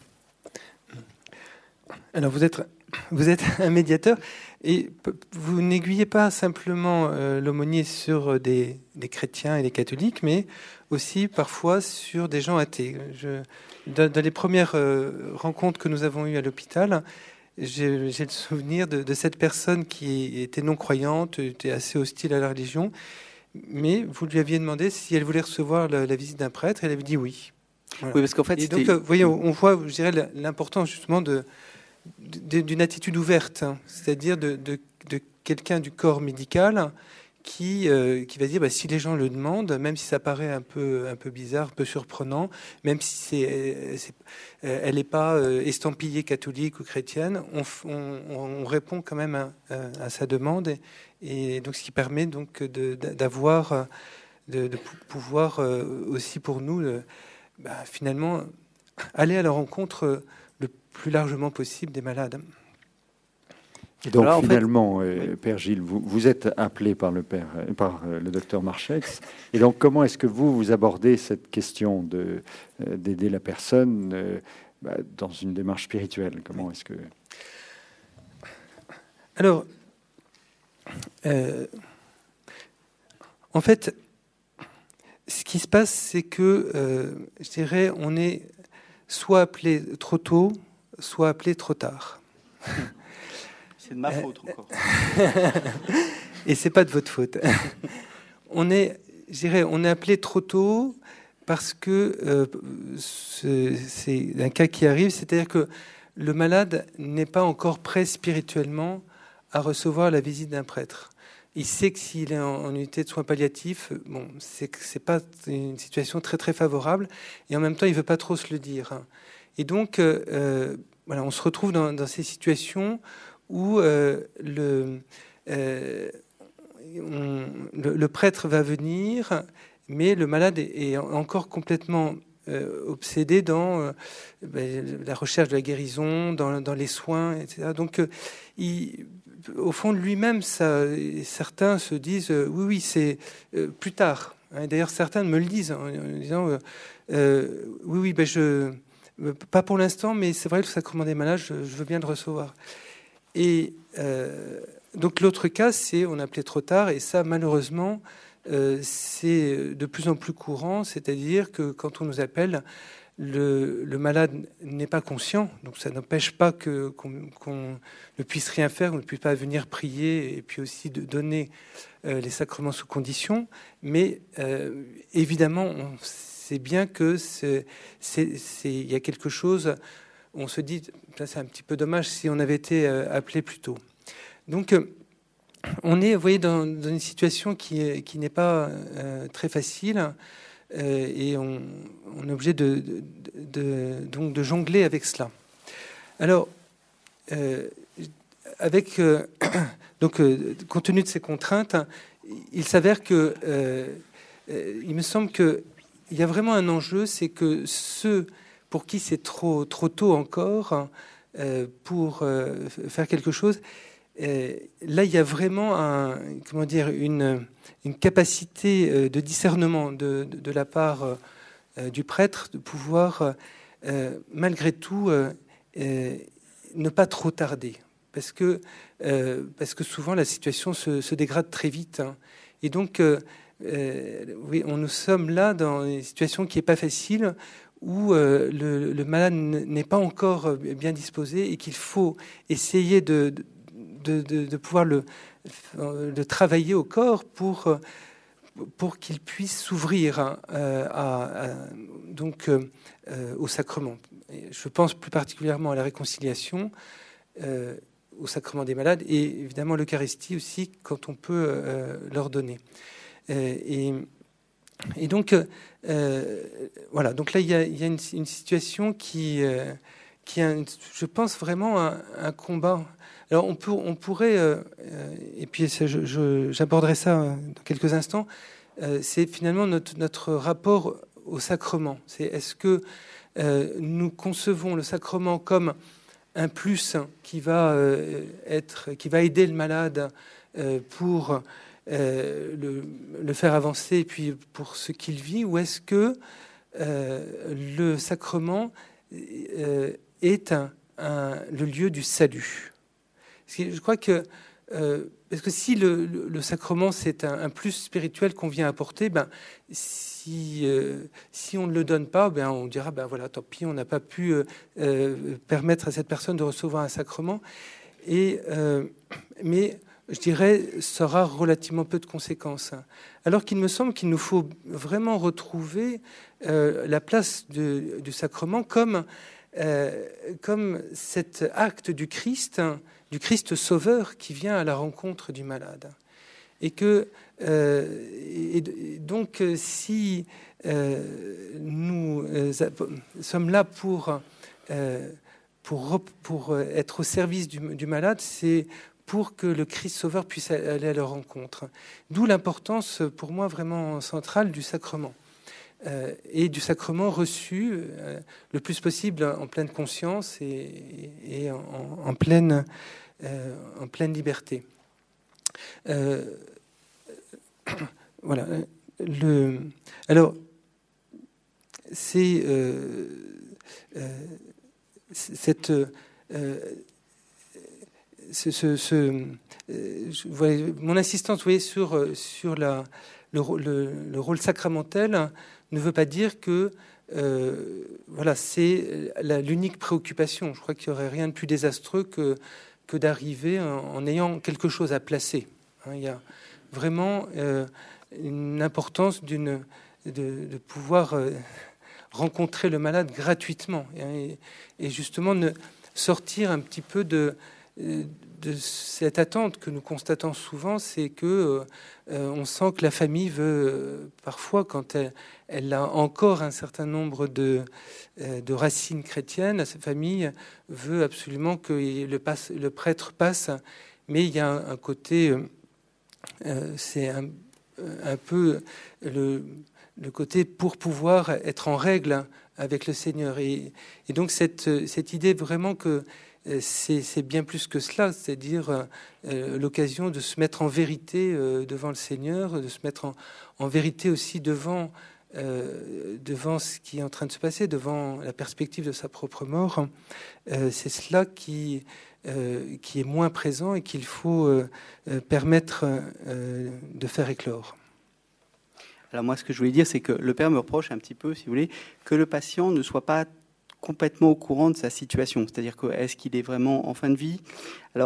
Alors, vous êtes, vous êtes un médiateur, et vous n'aiguillez pas simplement euh, l'aumônier sur des, des chrétiens et des catholiques, mais aussi parfois sur des gens athées. Je, dans, dans les premières euh, rencontres que nous avons eues à l'hôpital, j'ai, j'ai le souvenir de, de cette personne qui était non-croyante, était assez hostile à la religion, mais vous lui aviez demandé si elle voulait recevoir la, la visite d'un prêtre, et elle avait dit oui. Voilà. Oui, parce qu'en fait, et donc, vous voyez, on voit, je dirais, l'importance justement de, de, d'une attitude ouverte, hein, c'est-à-dire de, de, de quelqu'un du corps médical qui, euh, qui va dire, bah, si les gens le demandent, même si ça paraît un peu, un peu bizarre, un peu surprenant, même si c'est, c'est, elle n'est pas estampillée catholique ou chrétienne, on, on, on répond quand même à, à sa demande. Et, Et donc, ce qui permet donc de, d'avoir, de, de pouvoir aussi pour nous, bah, finalement, aller à la rencontre le plus largement possible des malades. Et donc, alors, finalement, fait, euh, oui. Père Gilles, vous, vous êtes appelé par le père, par euh, le docteur Marchex. Et donc, comment est-ce que vous vous abordez cette question de euh, d'aider la personne euh, bah, dans une démarche spirituelle? Comment est-ce que Alors. Euh, en fait, ce qui se passe, c'est que, euh, je dirais, on est soit appelé trop tôt, soit appelé trop tard. C'est de ma faute euh, encore. Et c'est pas de votre faute. On est, je dirais, on est appelé trop tôt parce que euh, c'est, c'est un cas qui arrive, c'est-à-dire que le malade n'est pas encore prêt spirituellement à recevoir la visite d'un prêtre. Il sait que s'il est en, en unité de soins palliatifs, bon, c'est que c'est pas une situation très très favorable, et en même temps, il veut pas trop se le dire. Et donc, euh, voilà, on se retrouve dans, dans ces situations où euh, le, euh, on, le le prêtre va venir, mais le malade est, est encore complètement euh, obsédé dans euh, ben, la recherche de la guérison, dans, dans les soins, et cetera. Donc, euh, il au fond de lui-même, ça, certains se disent euh, oui, oui, c'est euh, plus tard. Hein, d'ailleurs, certains me le disent en, en disant euh, euh, oui, oui, ben je euh, pas pour l'instant, mais c'est vrai que le sacrement des malades, je, je veux bien le recevoir. Et euh, donc l'autre cas, c'est on appelait trop tard, et ça, malheureusement, euh, c'est de plus en plus courant. C'est-à-dire que quand on nous appelle, Le, le malade n'est pas conscient, donc ça n'empêche pas que, qu'on, qu'on ne puisse rien faire, qu'on ne puisse pas venir prier et puis aussi de donner euh, les sacrements sous condition. Mais euh, évidemment, on sait bien que c'est, c'est, c'est, il y a quelque chose. On se dit, ça c'est un petit peu dommage si on avait été euh, appelé plus tôt. Donc, euh, on est, vous voyez, dans, dans une situation qui, est, qui n'est pas euh, très facile, euh, et on, on est obligé de, de, de, donc de jongler avec cela. Alors, euh, avec, euh, donc, euh, compte tenu de ces contraintes, il s'avère que, euh, euh, il me semble qu'il y a vraiment un enjeu, c'est que ceux pour qui c'est trop, trop tôt encore euh, pour euh, faire quelque chose, euh, là, il y a vraiment un, comment dire, une, une capacité de discernement de, de, de la part euh, du prêtre de pouvoir, euh, malgré tout, euh, euh, ne pas trop tarder. Parce que, euh, parce que souvent, la situation se, se dégrade très vite. Hein. Et donc, euh, euh, oui, on, nous sommes là dans une situation qui n'est pas facile, où euh, le, le malade n'est pas encore bien disposé et qu'il faut essayer de, de, de, de pouvoir le, de travailler au corps pour, pour qu'il puisse s'ouvrir hein, à, à, donc, euh, au sacrement. Et je pense plus particulièrement à la réconciliation, euh, au sacrement des malades et évidemment l'Eucharistie aussi quand on peut euh, leur donner. Euh, et, et donc euh, voilà, donc là il y a, il y a une, une situation qui, euh, qui a, je pense vraiment un, un combat. Alors on peut, on pourrait euh, et puis ça, je, je, j'aborderai ça dans quelques instants. Euh, c'est finalement notre, notre rapport au sacrement. C'est est-ce que euh, nous concevons le sacrement comme un plus qui va euh, être, qui va aider le malade euh, pour euh, le, le faire avancer et puis pour ce qu'il vit, ou est-ce que euh, le sacrement euh, est un, un, le lieu du salut? Parce que je crois que euh, parce que si le, le, le sacrement c'est un, un plus spirituel qu'on vient apporter, ben si euh, si on ne le donne pas, ben on dira ben voilà, tant pis, on n'a pas pu euh, euh, permettre à cette personne de recevoir un sacrement. Et euh, mais je dirais ça aura relativement peu de conséquences. Alors qu'il me semble qu'il nous faut vraiment retrouver euh, la place de, du sacrement comme euh, comme cet acte du Christ. du Christ sauveur qui vient à la rencontre du malade. Et que euh, et donc si euh, nous euh, sommes là pour, euh, pour, pour être au service du, du malade, c'est pour que le Christ sauveur puisse aller à leur rencontre. D'où l'importance pour moi vraiment centrale du sacrement. Euh, et du sacrement reçu euh, le plus possible en pleine conscience et, et en, en, pleine, euh, en pleine liberté. Euh, voilà. Le, alors, c'est euh, euh, cette euh, ce, ce, ce euh, je, voyez, mon insistance, vous voyez, sur sur la le, le, le rôle sacramentel ne veut pas dire que euh, voilà, c'est la, l'unique préoccupation. Je crois qu'il n'y aurait rien de plus désastreux que, que d'arriver en, en ayant quelque chose à placer. Hein, il y a vraiment euh, une importance d'une, de, de pouvoir euh, rencontrer le malade gratuitement et, et justement ne, sortir un petit peu de, de cette attente que nous constatons souvent, c'est que euh, on sent que la famille veut euh, parfois, quand elle, elle a encore un certain nombre de, euh, de racines chrétiennes, cette famille veut absolument que le, passe, le prêtre passe, mais il y a un, un côté, euh, c'est un, un peu le, le côté pour pouvoir être en règle avec le Seigneur. Et, et donc cette, cette idée vraiment que C'est, c'est bien plus que cela, c'est-à-dire euh, l'occasion de se mettre en vérité euh, devant le Seigneur, de se mettre en, en vérité aussi devant, euh, devant ce qui est en train de se passer, devant la perspective de sa propre mort. Euh, c'est cela qui, euh, qui est moins présent et qu'il faut euh, permettre euh, de faire éclore. Alors moi, ce que je voulais dire, c'est que le Père me reproche un petit peu, si vous voulez, que le patient ne soit pas complètement au courant de sa situation. C'est-à-dire que est-ce qu'il est vraiment en fin de vie? Alors,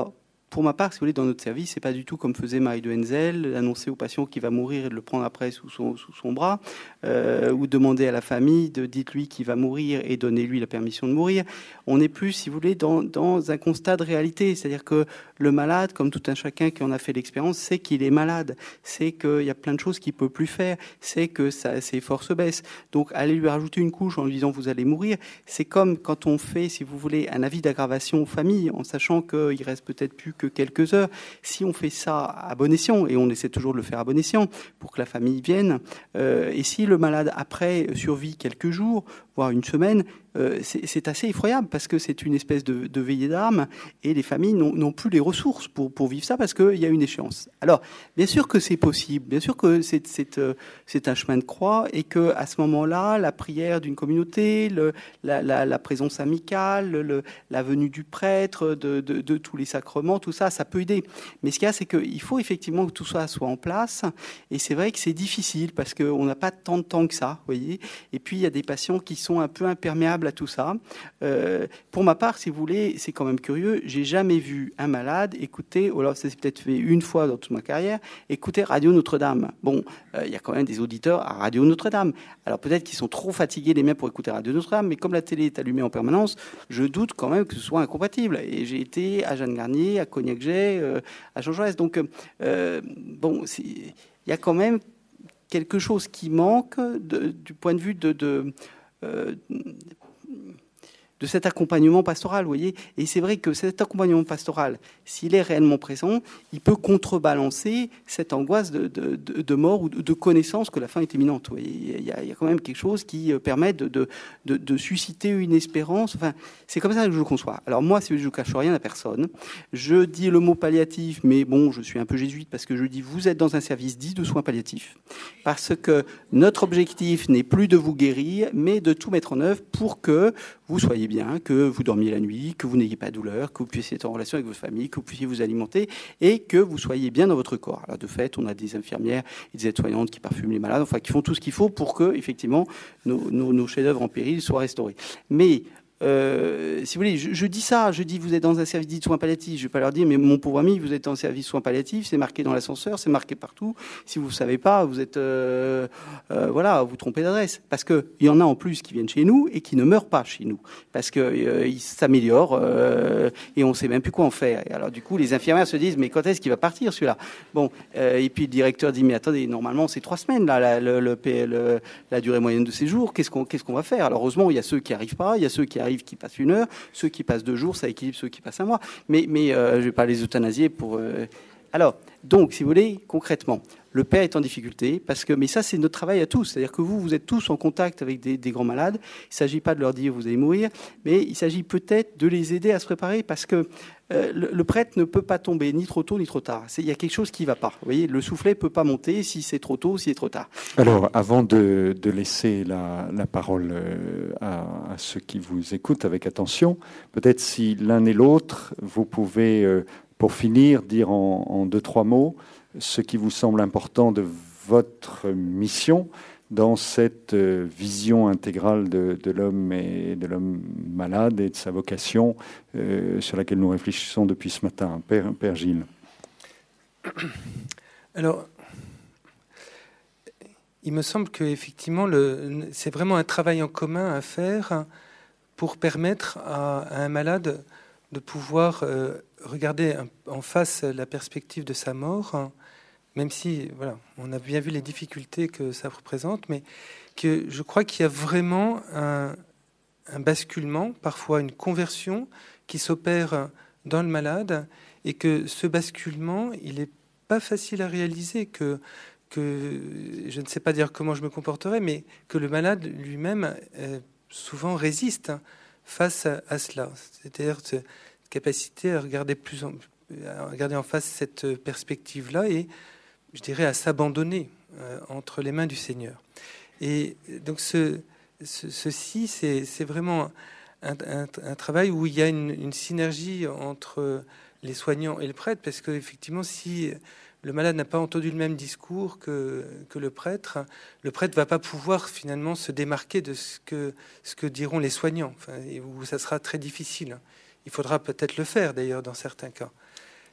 pour ma part, si vous voulez, dans notre service, c'est pas du tout comme faisait Marie de Henzel, annoncer au patient qu'il va mourir et de le prendre après sous son, sous son bras, euh, ou demander à la famille de dites-lui qu'il va mourir et donnez-lui la permission de mourir. On est plus, si vous voulez, dans, dans un constat de réalité, c'est-à-dire que le malade, comme tout un chacun qui en a fait l'expérience, sait qu'il est malade, sait qu'il y a plein de choses qu'il peut plus faire, sait que ça, ses forces baissent. Donc, aller lui rajouter une couche en lui disant vous allez mourir, c'est comme quand on fait, si vous voulez, un avis d'aggravation aux familles, en sachant qu'il reste peut-être plus que quelques heures. Si on fait ça à bon escient, et on essaie toujours de le faire à bon escient pour que la famille vienne, euh, et si le malade après survit quelques jours, voire une semaine, euh, c'est, c'est assez effroyable parce que c'est une espèce de, de veillée d'armes et les familles n'ont, n'ont plus les ressources pour, pour vivre ça parce qu'il y a une échéance. Alors, bien sûr que c'est possible, bien sûr que c'est, c'est, euh, c'est un chemin de croix et que à ce moment-là, la prière d'une communauté, le, la, la, la présence amicale, le, la venue du prêtre, de, de, de tous les sacrements, tout ça, ça peut aider. Mais ce qu'il y a, c'est qu'il faut effectivement que tout ça soit en place et c'est vrai que c'est difficile parce qu'on n'a pas tant de temps que ça, vous voyez. Et puis, il y a des patients qui sont un peu imperméables à tout ça. Euh, pour ma part, si vous voulez, c'est quand même curieux, j'ai jamais vu un malade écouter, ou alors ça s'est peut-être fait une fois dans toute ma carrière, écouter Radio Notre-Dame. Bon, euh, il y a quand même des auditeurs à Radio Notre-Dame. Alors peut-être qu'ils sont trop fatigués les mêmes pour écouter Radio Notre-Dame, mais comme la télé est allumée en permanence, je doute quand même que ce soit incompatible. Et j'ai été à Jeanne Garnier, à Cognac-Jay, euh, à Jean Jaurès. Donc, euh, bon, il y a quand même quelque chose qui manque de, du point de vue de... de euh, de cet accompagnement pastoral, vous voyez. Et c'est vrai que cet accompagnement pastoral, s'il est réellement présent, il peut contrebalancer cette angoisse de, de, de, de mort ou de, de connaissance que la fin est imminente. Vous voyez. Il y a, il y a quand même quelque chose qui permet de, de, de, de susciter une espérance. Enfin, c'est comme ça que je le conçois. Alors moi, si je ne cache rien à personne, je dis le mot palliatif, mais bon, je suis un peu jésuite parce que je dis vous êtes dans un service dit de soins palliatifs. Parce que notre objectif n'est plus de vous guérir, mais de tout mettre en œuvre pour que vous soyez bien, que vous dormiez la nuit, que vous n'ayez pas de douleur, que vous puissiez être en relation avec votre famille, que vous puissiez vous alimenter et que vous soyez bien dans votre corps. Alors de fait, on a des infirmières et des aides-soignantes qui parfument les malades, enfin qui font tout ce qu'il faut pour que, effectivement, nos, nos, nos chefs-d'œuvre en péril soient restaurés. Mais Euh, si vous voulez, je, je dis ça, je dis vous êtes dans un service dit de soins palliatifs, je ne vais pas leur dire mais mon pauvre ami, vous êtes dans un service de soins palliatifs, c'est marqué dans l'ascenseur, c'est marqué partout. Si vous ne savez pas, vous êtes euh, euh, voilà, vous trompez d'adresse. Parce qu'il y en a en plus qui viennent chez nous et qui ne meurent pas chez nous. Parce qu'ils euh, s'améliorent euh, et on ne sait même plus quoi en faire. Et alors du coup, les infirmières se disent mais quand est-ce qu'il va partir celui-là? Bon, euh, et puis le directeur dit mais attendez, normalement c'est trois semaines là, la, le, le, le, la durée moyenne de séjour, qu'est-ce qu'on, qu'est-ce qu'on va faire? Alors heureusement, il y a ceux qui n'arrivent pas, il y a ceux qui arrivent qui passent une heure, ceux qui passent deux jours, ça équilibre ceux qui passent un mois. Mais, mais euh, je ne vais pas les euthanasier pour... Euh... Alors, donc, si vous voulez, concrètement, le père est en difficulté, parce que, mais ça, c'est notre travail à tous. C'est-à-dire que vous, vous êtes tous en contact avec des, des grands malades. Il ne s'agit pas de leur dire vous allez mourir, mais il s'agit peut-être de les aider à se préparer, parce que euh, le, le prêtre ne peut pas tomber ni trop tôt ni trop tard. C'est, il y a quelque chose qui ne va pas. Vous voyez, le soufflet ne peut pas monter si c'est trop tôt, si c'est trop tard. Alors, avant de, de laisser la, la parole à, à ceux qui vous écoutent avec attention, peut-être si l'un et l'autre, vous pouvez, pour finir, dire en, en deux, trois mots ce qui vous semble important de votre mission dans cette vision intégrale de, de l'homme et de l'homme malade et de sa vocation euh, sur laquelle nous réfléchissons depuis ce matin. Père, Père Gilles. Alors, il me semble qu'effectivement, le, c'est vraiment un travail en commun à faire pour permettre à, à un malade de pouvoir euh, regarder en face la perspective de sa mort, même si, voilà, on a bien vu les difficultés que ça représente, mais que je crois qu'il y a vraiment un, un basculement, parfois une conversion qui s'opère dans le malade, et que ce basculement, il n'est pas facile à réaliser, que, que je ne sais pas dire comment je me comporterai, mais que le malade lui-même euh, souvent résiste face à, à cela. C'est-à-dire cette capacité à regarder, plus en, à regarder en face cette perspective-là et, je dirais, à s'abandonner euh, entre les mains du Seigneur. Et donc ce, ce, ceci, c'est, c'est vraiment un, un, un travail où il y a une, une synergie entre les soignants et le prêtre, parce qu'effectivement, si le malade n'a pas entendu le même discours que, que le prêtre, le prêtre ne va pas pouvoir finalement se démarquer de ce que, ce que diront les soignants, enfin, où ça sera très difficile. Il faudra peut-être le faire, d'ailleurs, dans certains cas.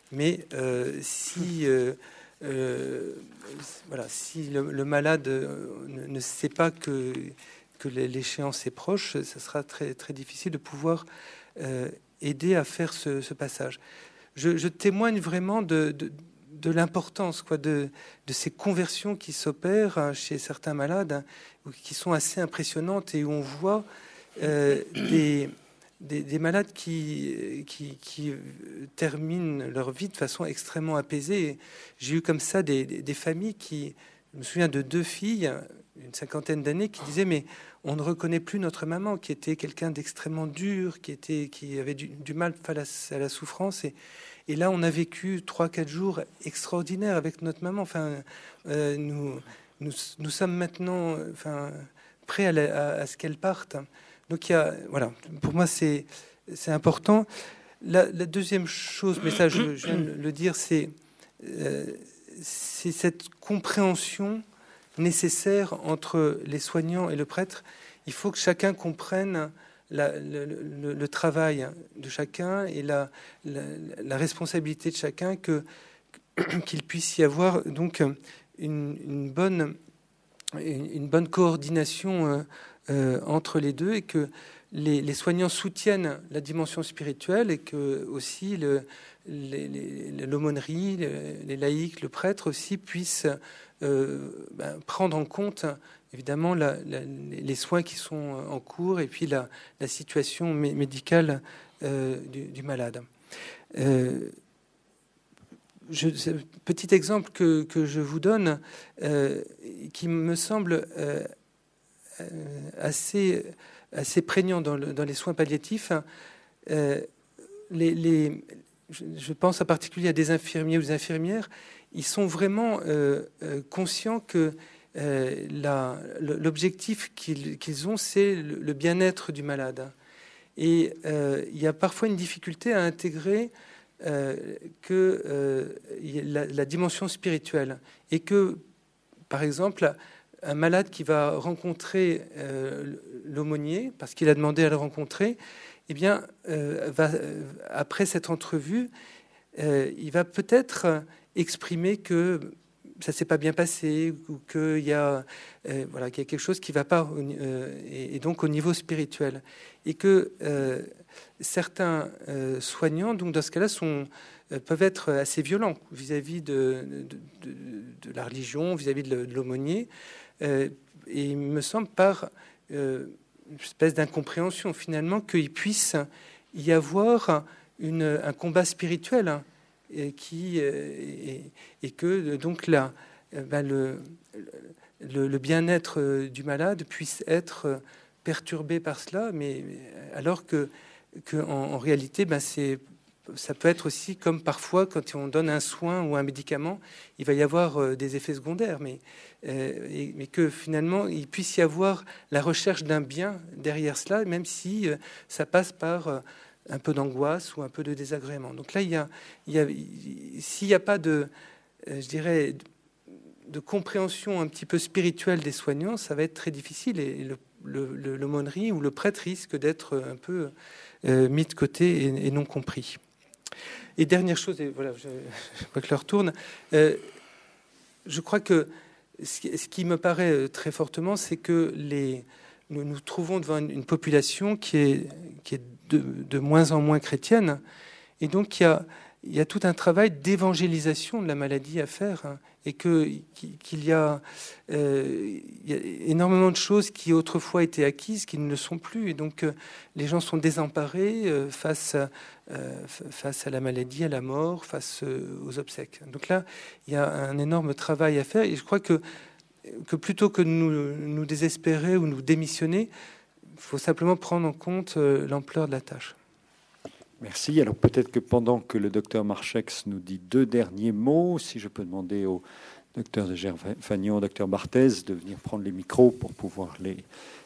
Mais euh, si, euh, euh, voilà, si le, le malade ne, ne sait pas que, que l'échéance est proche, ça sera très, très difficile de pouvoir euh, aider à faire ce, ce passage. Je, je témoigne vraiment de, de, de l'importance quoi, de, de ces conversions qui s'opèrent chez certains malades, hein, qui sont assez impressionnantes et où on voit euh, des... Des, des malades qui, qui, qui terminent leur vie de façon extrêmement apaisée. J'ai eu comme ça des, des, des familles qui... Je me souviens de deux filles, une cinquantaine d'années, qui disaient « Mais on ne reconnaît plus notre maman, qui était quelqu'un d'extrêmement dur, qui, était, qui avait du, du mal à la, à la souffrance. Et, et là, on a vécu trois, quatre jours extraordinaires avec notre maman. Enfin, euh, nous, nous, nous sommes maintenant enfin, prêts à, la, à, à ce qu'elle parte. » Donc, il y a, voilà, pour moi, c'est, c'est important. La, la deuxième chose, mais ça, je, je viens de le dire, c'est, euh, c'est cette compréhension nécessaire entre les soignants et le prêtre. Il faut que chacun comprenne la, le, le, le travail de chacun et la, la, la responsabilité de chacun, que, qu'il puisse y avoir donc une, une, bonne, une, une bonne coordination euh, Euh, entre les deux, et que les, les soignants soutiennent la dimension spirituelle, et que aussi le, les, les, l'aumônerie, les, les laïcs, le prêtre aussi puissent euh, ben, prendre en compte évidemment la, la, les soins qui sont en cours, et puis la, la situation mé- médicale euh, du, du malade. Euh, Je, petit exemple que, que je vous donne, euh, qui me semble euh, assez, assez prégnant dans, le, dans les soins palliatifs. Euh, les, les, je, je pense en particulier à des infirmiers ou des infirmières. Ils sont vraiment euh, euh, conscients que euh, la, l'objectif qu'ils, qu'ils ont, c'est le, le bien-être du malade. Et euh, il y a parfois une difficulté à intégrer euh, que euh, la, la dimension spirituelle, et que, par exemple, un malade qui va rencontrer euh, l'aumônier parce qu'il a demandé à le rencontrer, eh bien, euh, va, euh, après cette entrevue, euh, il va peut-être exprimer que ça s'est pas bien passé, ou qu'il y a, euh, voilà, qu'il y a quelque chose qui va pas, euh, et, et donc au niveau spirituel, et que euh, certains euh, soignants, donc dans ce cas-là, sont euh, peuvent être assez violents vis-à-vis de, de, de, de la religion, vis-à-vis de l'aumônier. Euh, et il me semble par euh, une espèce d'incompréhension finalement qu'il puisse y avoir une, un combat spirituel, hein, et, qui, euh, et, et que donc là, ben, le, le, le bien-être du malade puisse être perturbé par cela, mais alors que, que en, en réalité, ben, c'est ça peut être aussi comme parfois quand on donne un soin ou un médicament, il va y avoir euh, des effets secondaires, mais, euh, et, mais que finalement il puisse y avoir la recherche d'un bien derrière cela, même si euh, ça passe par euh, un peu d'angoisse ou un peu de désagrément. Donc là, il y a, il y a, il, s'il n'y a pas de, euh, je dirais, de compréhension un petit peu spirituelle des soignants, ça va être très difficile, et le, le, le, l'aumônerie ou le prêtre risque d'être un peu euh, mis de côté et, et non compris. Et dernière chose, et voilà, je, je vois que l'heure tourne, euh, je crois que ce qui, ce qui me paraît très fortement, c'est que les, nous nous trouvons devant une, une population qui est, qui est de, de moins en moins chrétienne, et donc il y a, il y a tout un travail d'évangélisation de la maladie à faire, hein, et que, qu'il y a, euh, il y a énormément de choses qui autrefois étaient acquises, qui ne le sont plus, et donc euh, les gens sont désemparés euh, face à, euh, face à la maladie, à la mort, face euh, aux obsèques. Donc là, il y a un énorme travail à faire, et je crois que, que plutôt que de nous, nous désespérer ou nous démissionner, il faut simplement prendre en compte euh, l'ampleur de la tâche. Merci. Alors peut-être que pendant que le docteur Marchex nous dit deux derniers mots, si je peux demander au docteur de Gerfagnon, au docteur Barthez, de venir prendre les micros pour pouvoir les,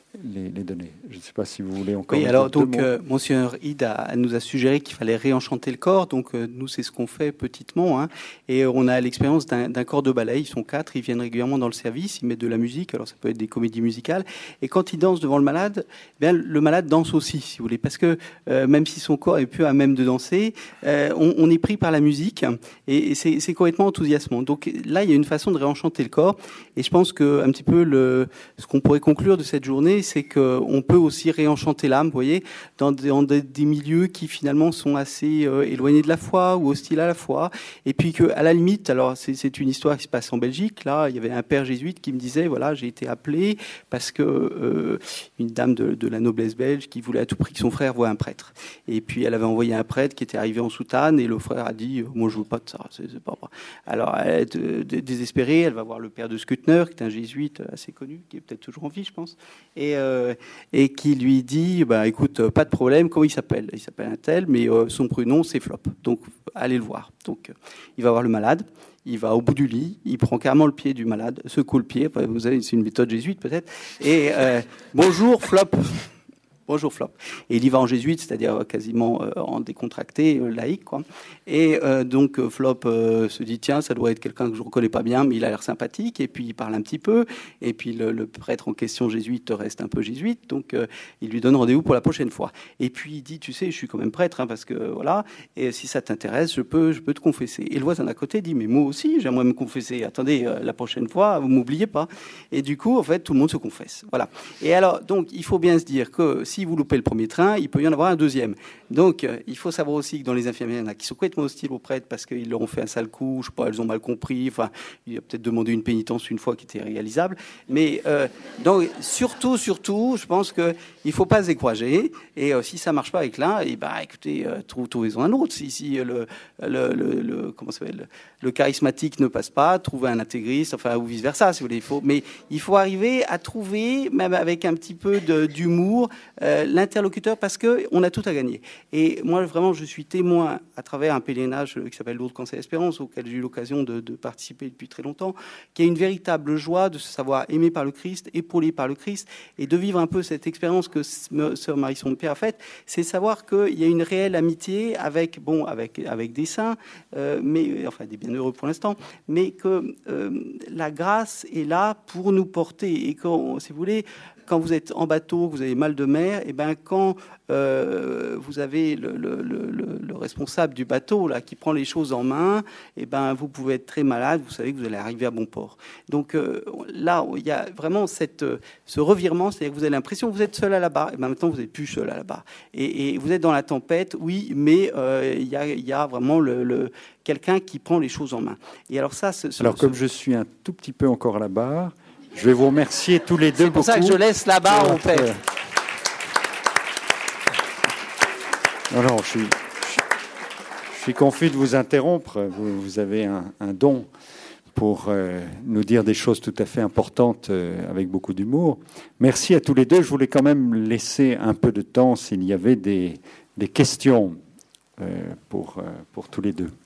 les, les donner. Je ne sais pas si vous voulez encore... Oui, alors donc, euh, Monseigneur Ide a, nous a suggéré qu'il fallait réenchanter le corps. Donc, euh, nous, c'est ce qu'on fait petitement. Hein, et euh, on a l'expérience d'un, d'un corps de ballet. Ils sont quatre. Ils viennent régulièrement dans le service. Ils mettent de la musique. Alors, ça peut être des comédies musicales. Et quand ils dansent devant le malade, eh bien, le malade danse aussi, si vous voulez. Parce que euh, même si son corps est plus à même de danser, euh, on, on est pris par la musique. Et, et c'est, c'est complètement enthousiasmant. Donc là, il y a une façon de réenchanter le corps. Et je pense que un petit peu le, ce qu'on pourrait conclure de cette journée, c'est qu'on peut aussi réenchanter l'âme, vous voyez, dans des, dans des, des milieux qui finalement sont assez euh, éloignés de la foi ou hostiles à la foi. Et puis que, à la limite, alors c'est, c'est une histoire qui se passe en Belgique. Là, il y avait un père jésuite qui me disait, voilà, j'ai été appelé parce que euh, une dame de, de la noblesse belge qui voulait à tout prix que son frère voie un prêtre. Et puis elle avait envoyé un prêtre qui était arrivé en soutane et le frère a dit, moi je veux pas de ça, c'est, c'est pas vrai. Alors elle est euh, désespérée, elle va voir le père de Skutner, qui est un jésuite assez connu, qui est peut-être toujours en vie, je pense, et, euh, et qui lui dit, bah, écoute, pas de problème, comment il s'appelle ? Il s'appelle un tel, mais euh, son prénom, c'est Flop. Donc, allez le voir. Donc, euh, il va voir le malade, il va au bout du lit, il prend carrément le pied du malade, secoue le pied, enfin, vous savez, c'est une méthode jésuite peut-être, et euh, bonjour Flop. Bonjour Flop. Et il y va en jésuite, c'est-à-dire quasiment euh, en décontracté, euh, laïque, quoi. Et euh, donc euh, Flop euh, se dit, tiens, ça doit être quelqu'un que je ne reconnais pas bien, mais il a l'air sympathique. Et puis il parle un petit peu. Et puis le, le prêtre en question jésuite reste un peu jésuite. Donc euh, il lui donne rendez-vous pour la prochaine fois. Et puis il dit, tu sais, je suis quand même prêtre, hein, parce que voilà. Et si ça t'intéresse, je peux, je peux te confesser. Et le voisin d'à côté dit, mais moi aussi, j'aimerais me confesser. Attendez, euh, la prochaine fois, vous m'oubliez pas. Et du coup, en fait, tout le monde se confesse. Voilà. Et alors, donc, il faut bien se dire que si Si vous loupez le premier train, il peut y en avoir un deuxième. Donc, euh, il faut savoir aussi que dans les infirmières, il y en a qui sont complètement hostiles aux prêtres parce qu'ils leur ont fait un sale coup, je sais pas, elles ont mal compris. Enfin, il a peut-être demandé une pénitence une fois qui était réalisable. Mais euh, donc, surtout, surtout, je pense que il faut pas se décourager. Et euh, si ça marche pas avec l'un, et bah, écoutez, euh, trouvez-en un autre. Si, si le, le, le, le comment ça s'appelle, le charismatique ne passe pas, trouvez un intégriste, enfin, ou vice versa, si vous voulez. Il faut, mais il faut arriver à trouver, même avec un petit peu de, d'humour. Euh, l'interlocuteur, parce qu'on a tout à gagner. Et moi, vraiment, je suis témoin à travers un pèlerinage qui s'appelle Lourdes Conseil Espérance, auquel j'ai eu l'occasion de, de participer depuis très longtemps, qui a une véritable joie de se savoir aimé par le Christ, épaulé par le Christ, et de vivre un peu cette expérience que sœur Marie-Son de Pierre a faite, c'est savoir qu'il y a une réelle amitié avec, bon, avec, avec des saints, euh, mais, enfin des bienheureux pour l'instant, mais que euh, la grâce est là pour nous porter. Et quand, si vous voulez, quand vous êtes en bateau, vous avez mal de mer, et ben quand euh, vous avez le, le, le, le responsable du bateau là qui prend les choses en main, et ben vous pouvez être très malade. Vous savez que vous allez arriver à bon port. Donc euh, là, il y a vraiment cette, ce revirement, c'est-à-dire que vous avez l'impression que vous êtes seul à la barre, et ben maintenant vous n'êtes plus seul à la barre. Et, et vous êtes dans la tempête, oui, mais euh, il y a, il y a vraiment le, le quelqu'un qui prend les choses en main. Et alors ça, ce, ce, alors ce... comme je suis un tout petit peu encore à la barre. Je vais vous remercier tous les deux C'est pour beaucoup. ça que je laisse là-bas au père. Euh... Non, non, je suis, je suis confus de vous interrompre. Vous, vous avez un, un don pour euh, nous dire des choses tout à fait importantes euh, avec beaucoup d'humour. Merci à tous les deux. Je voulais quand même laisser un peu de temps s'il y avait des, des questions euh, pour, euh, pour tous les deux.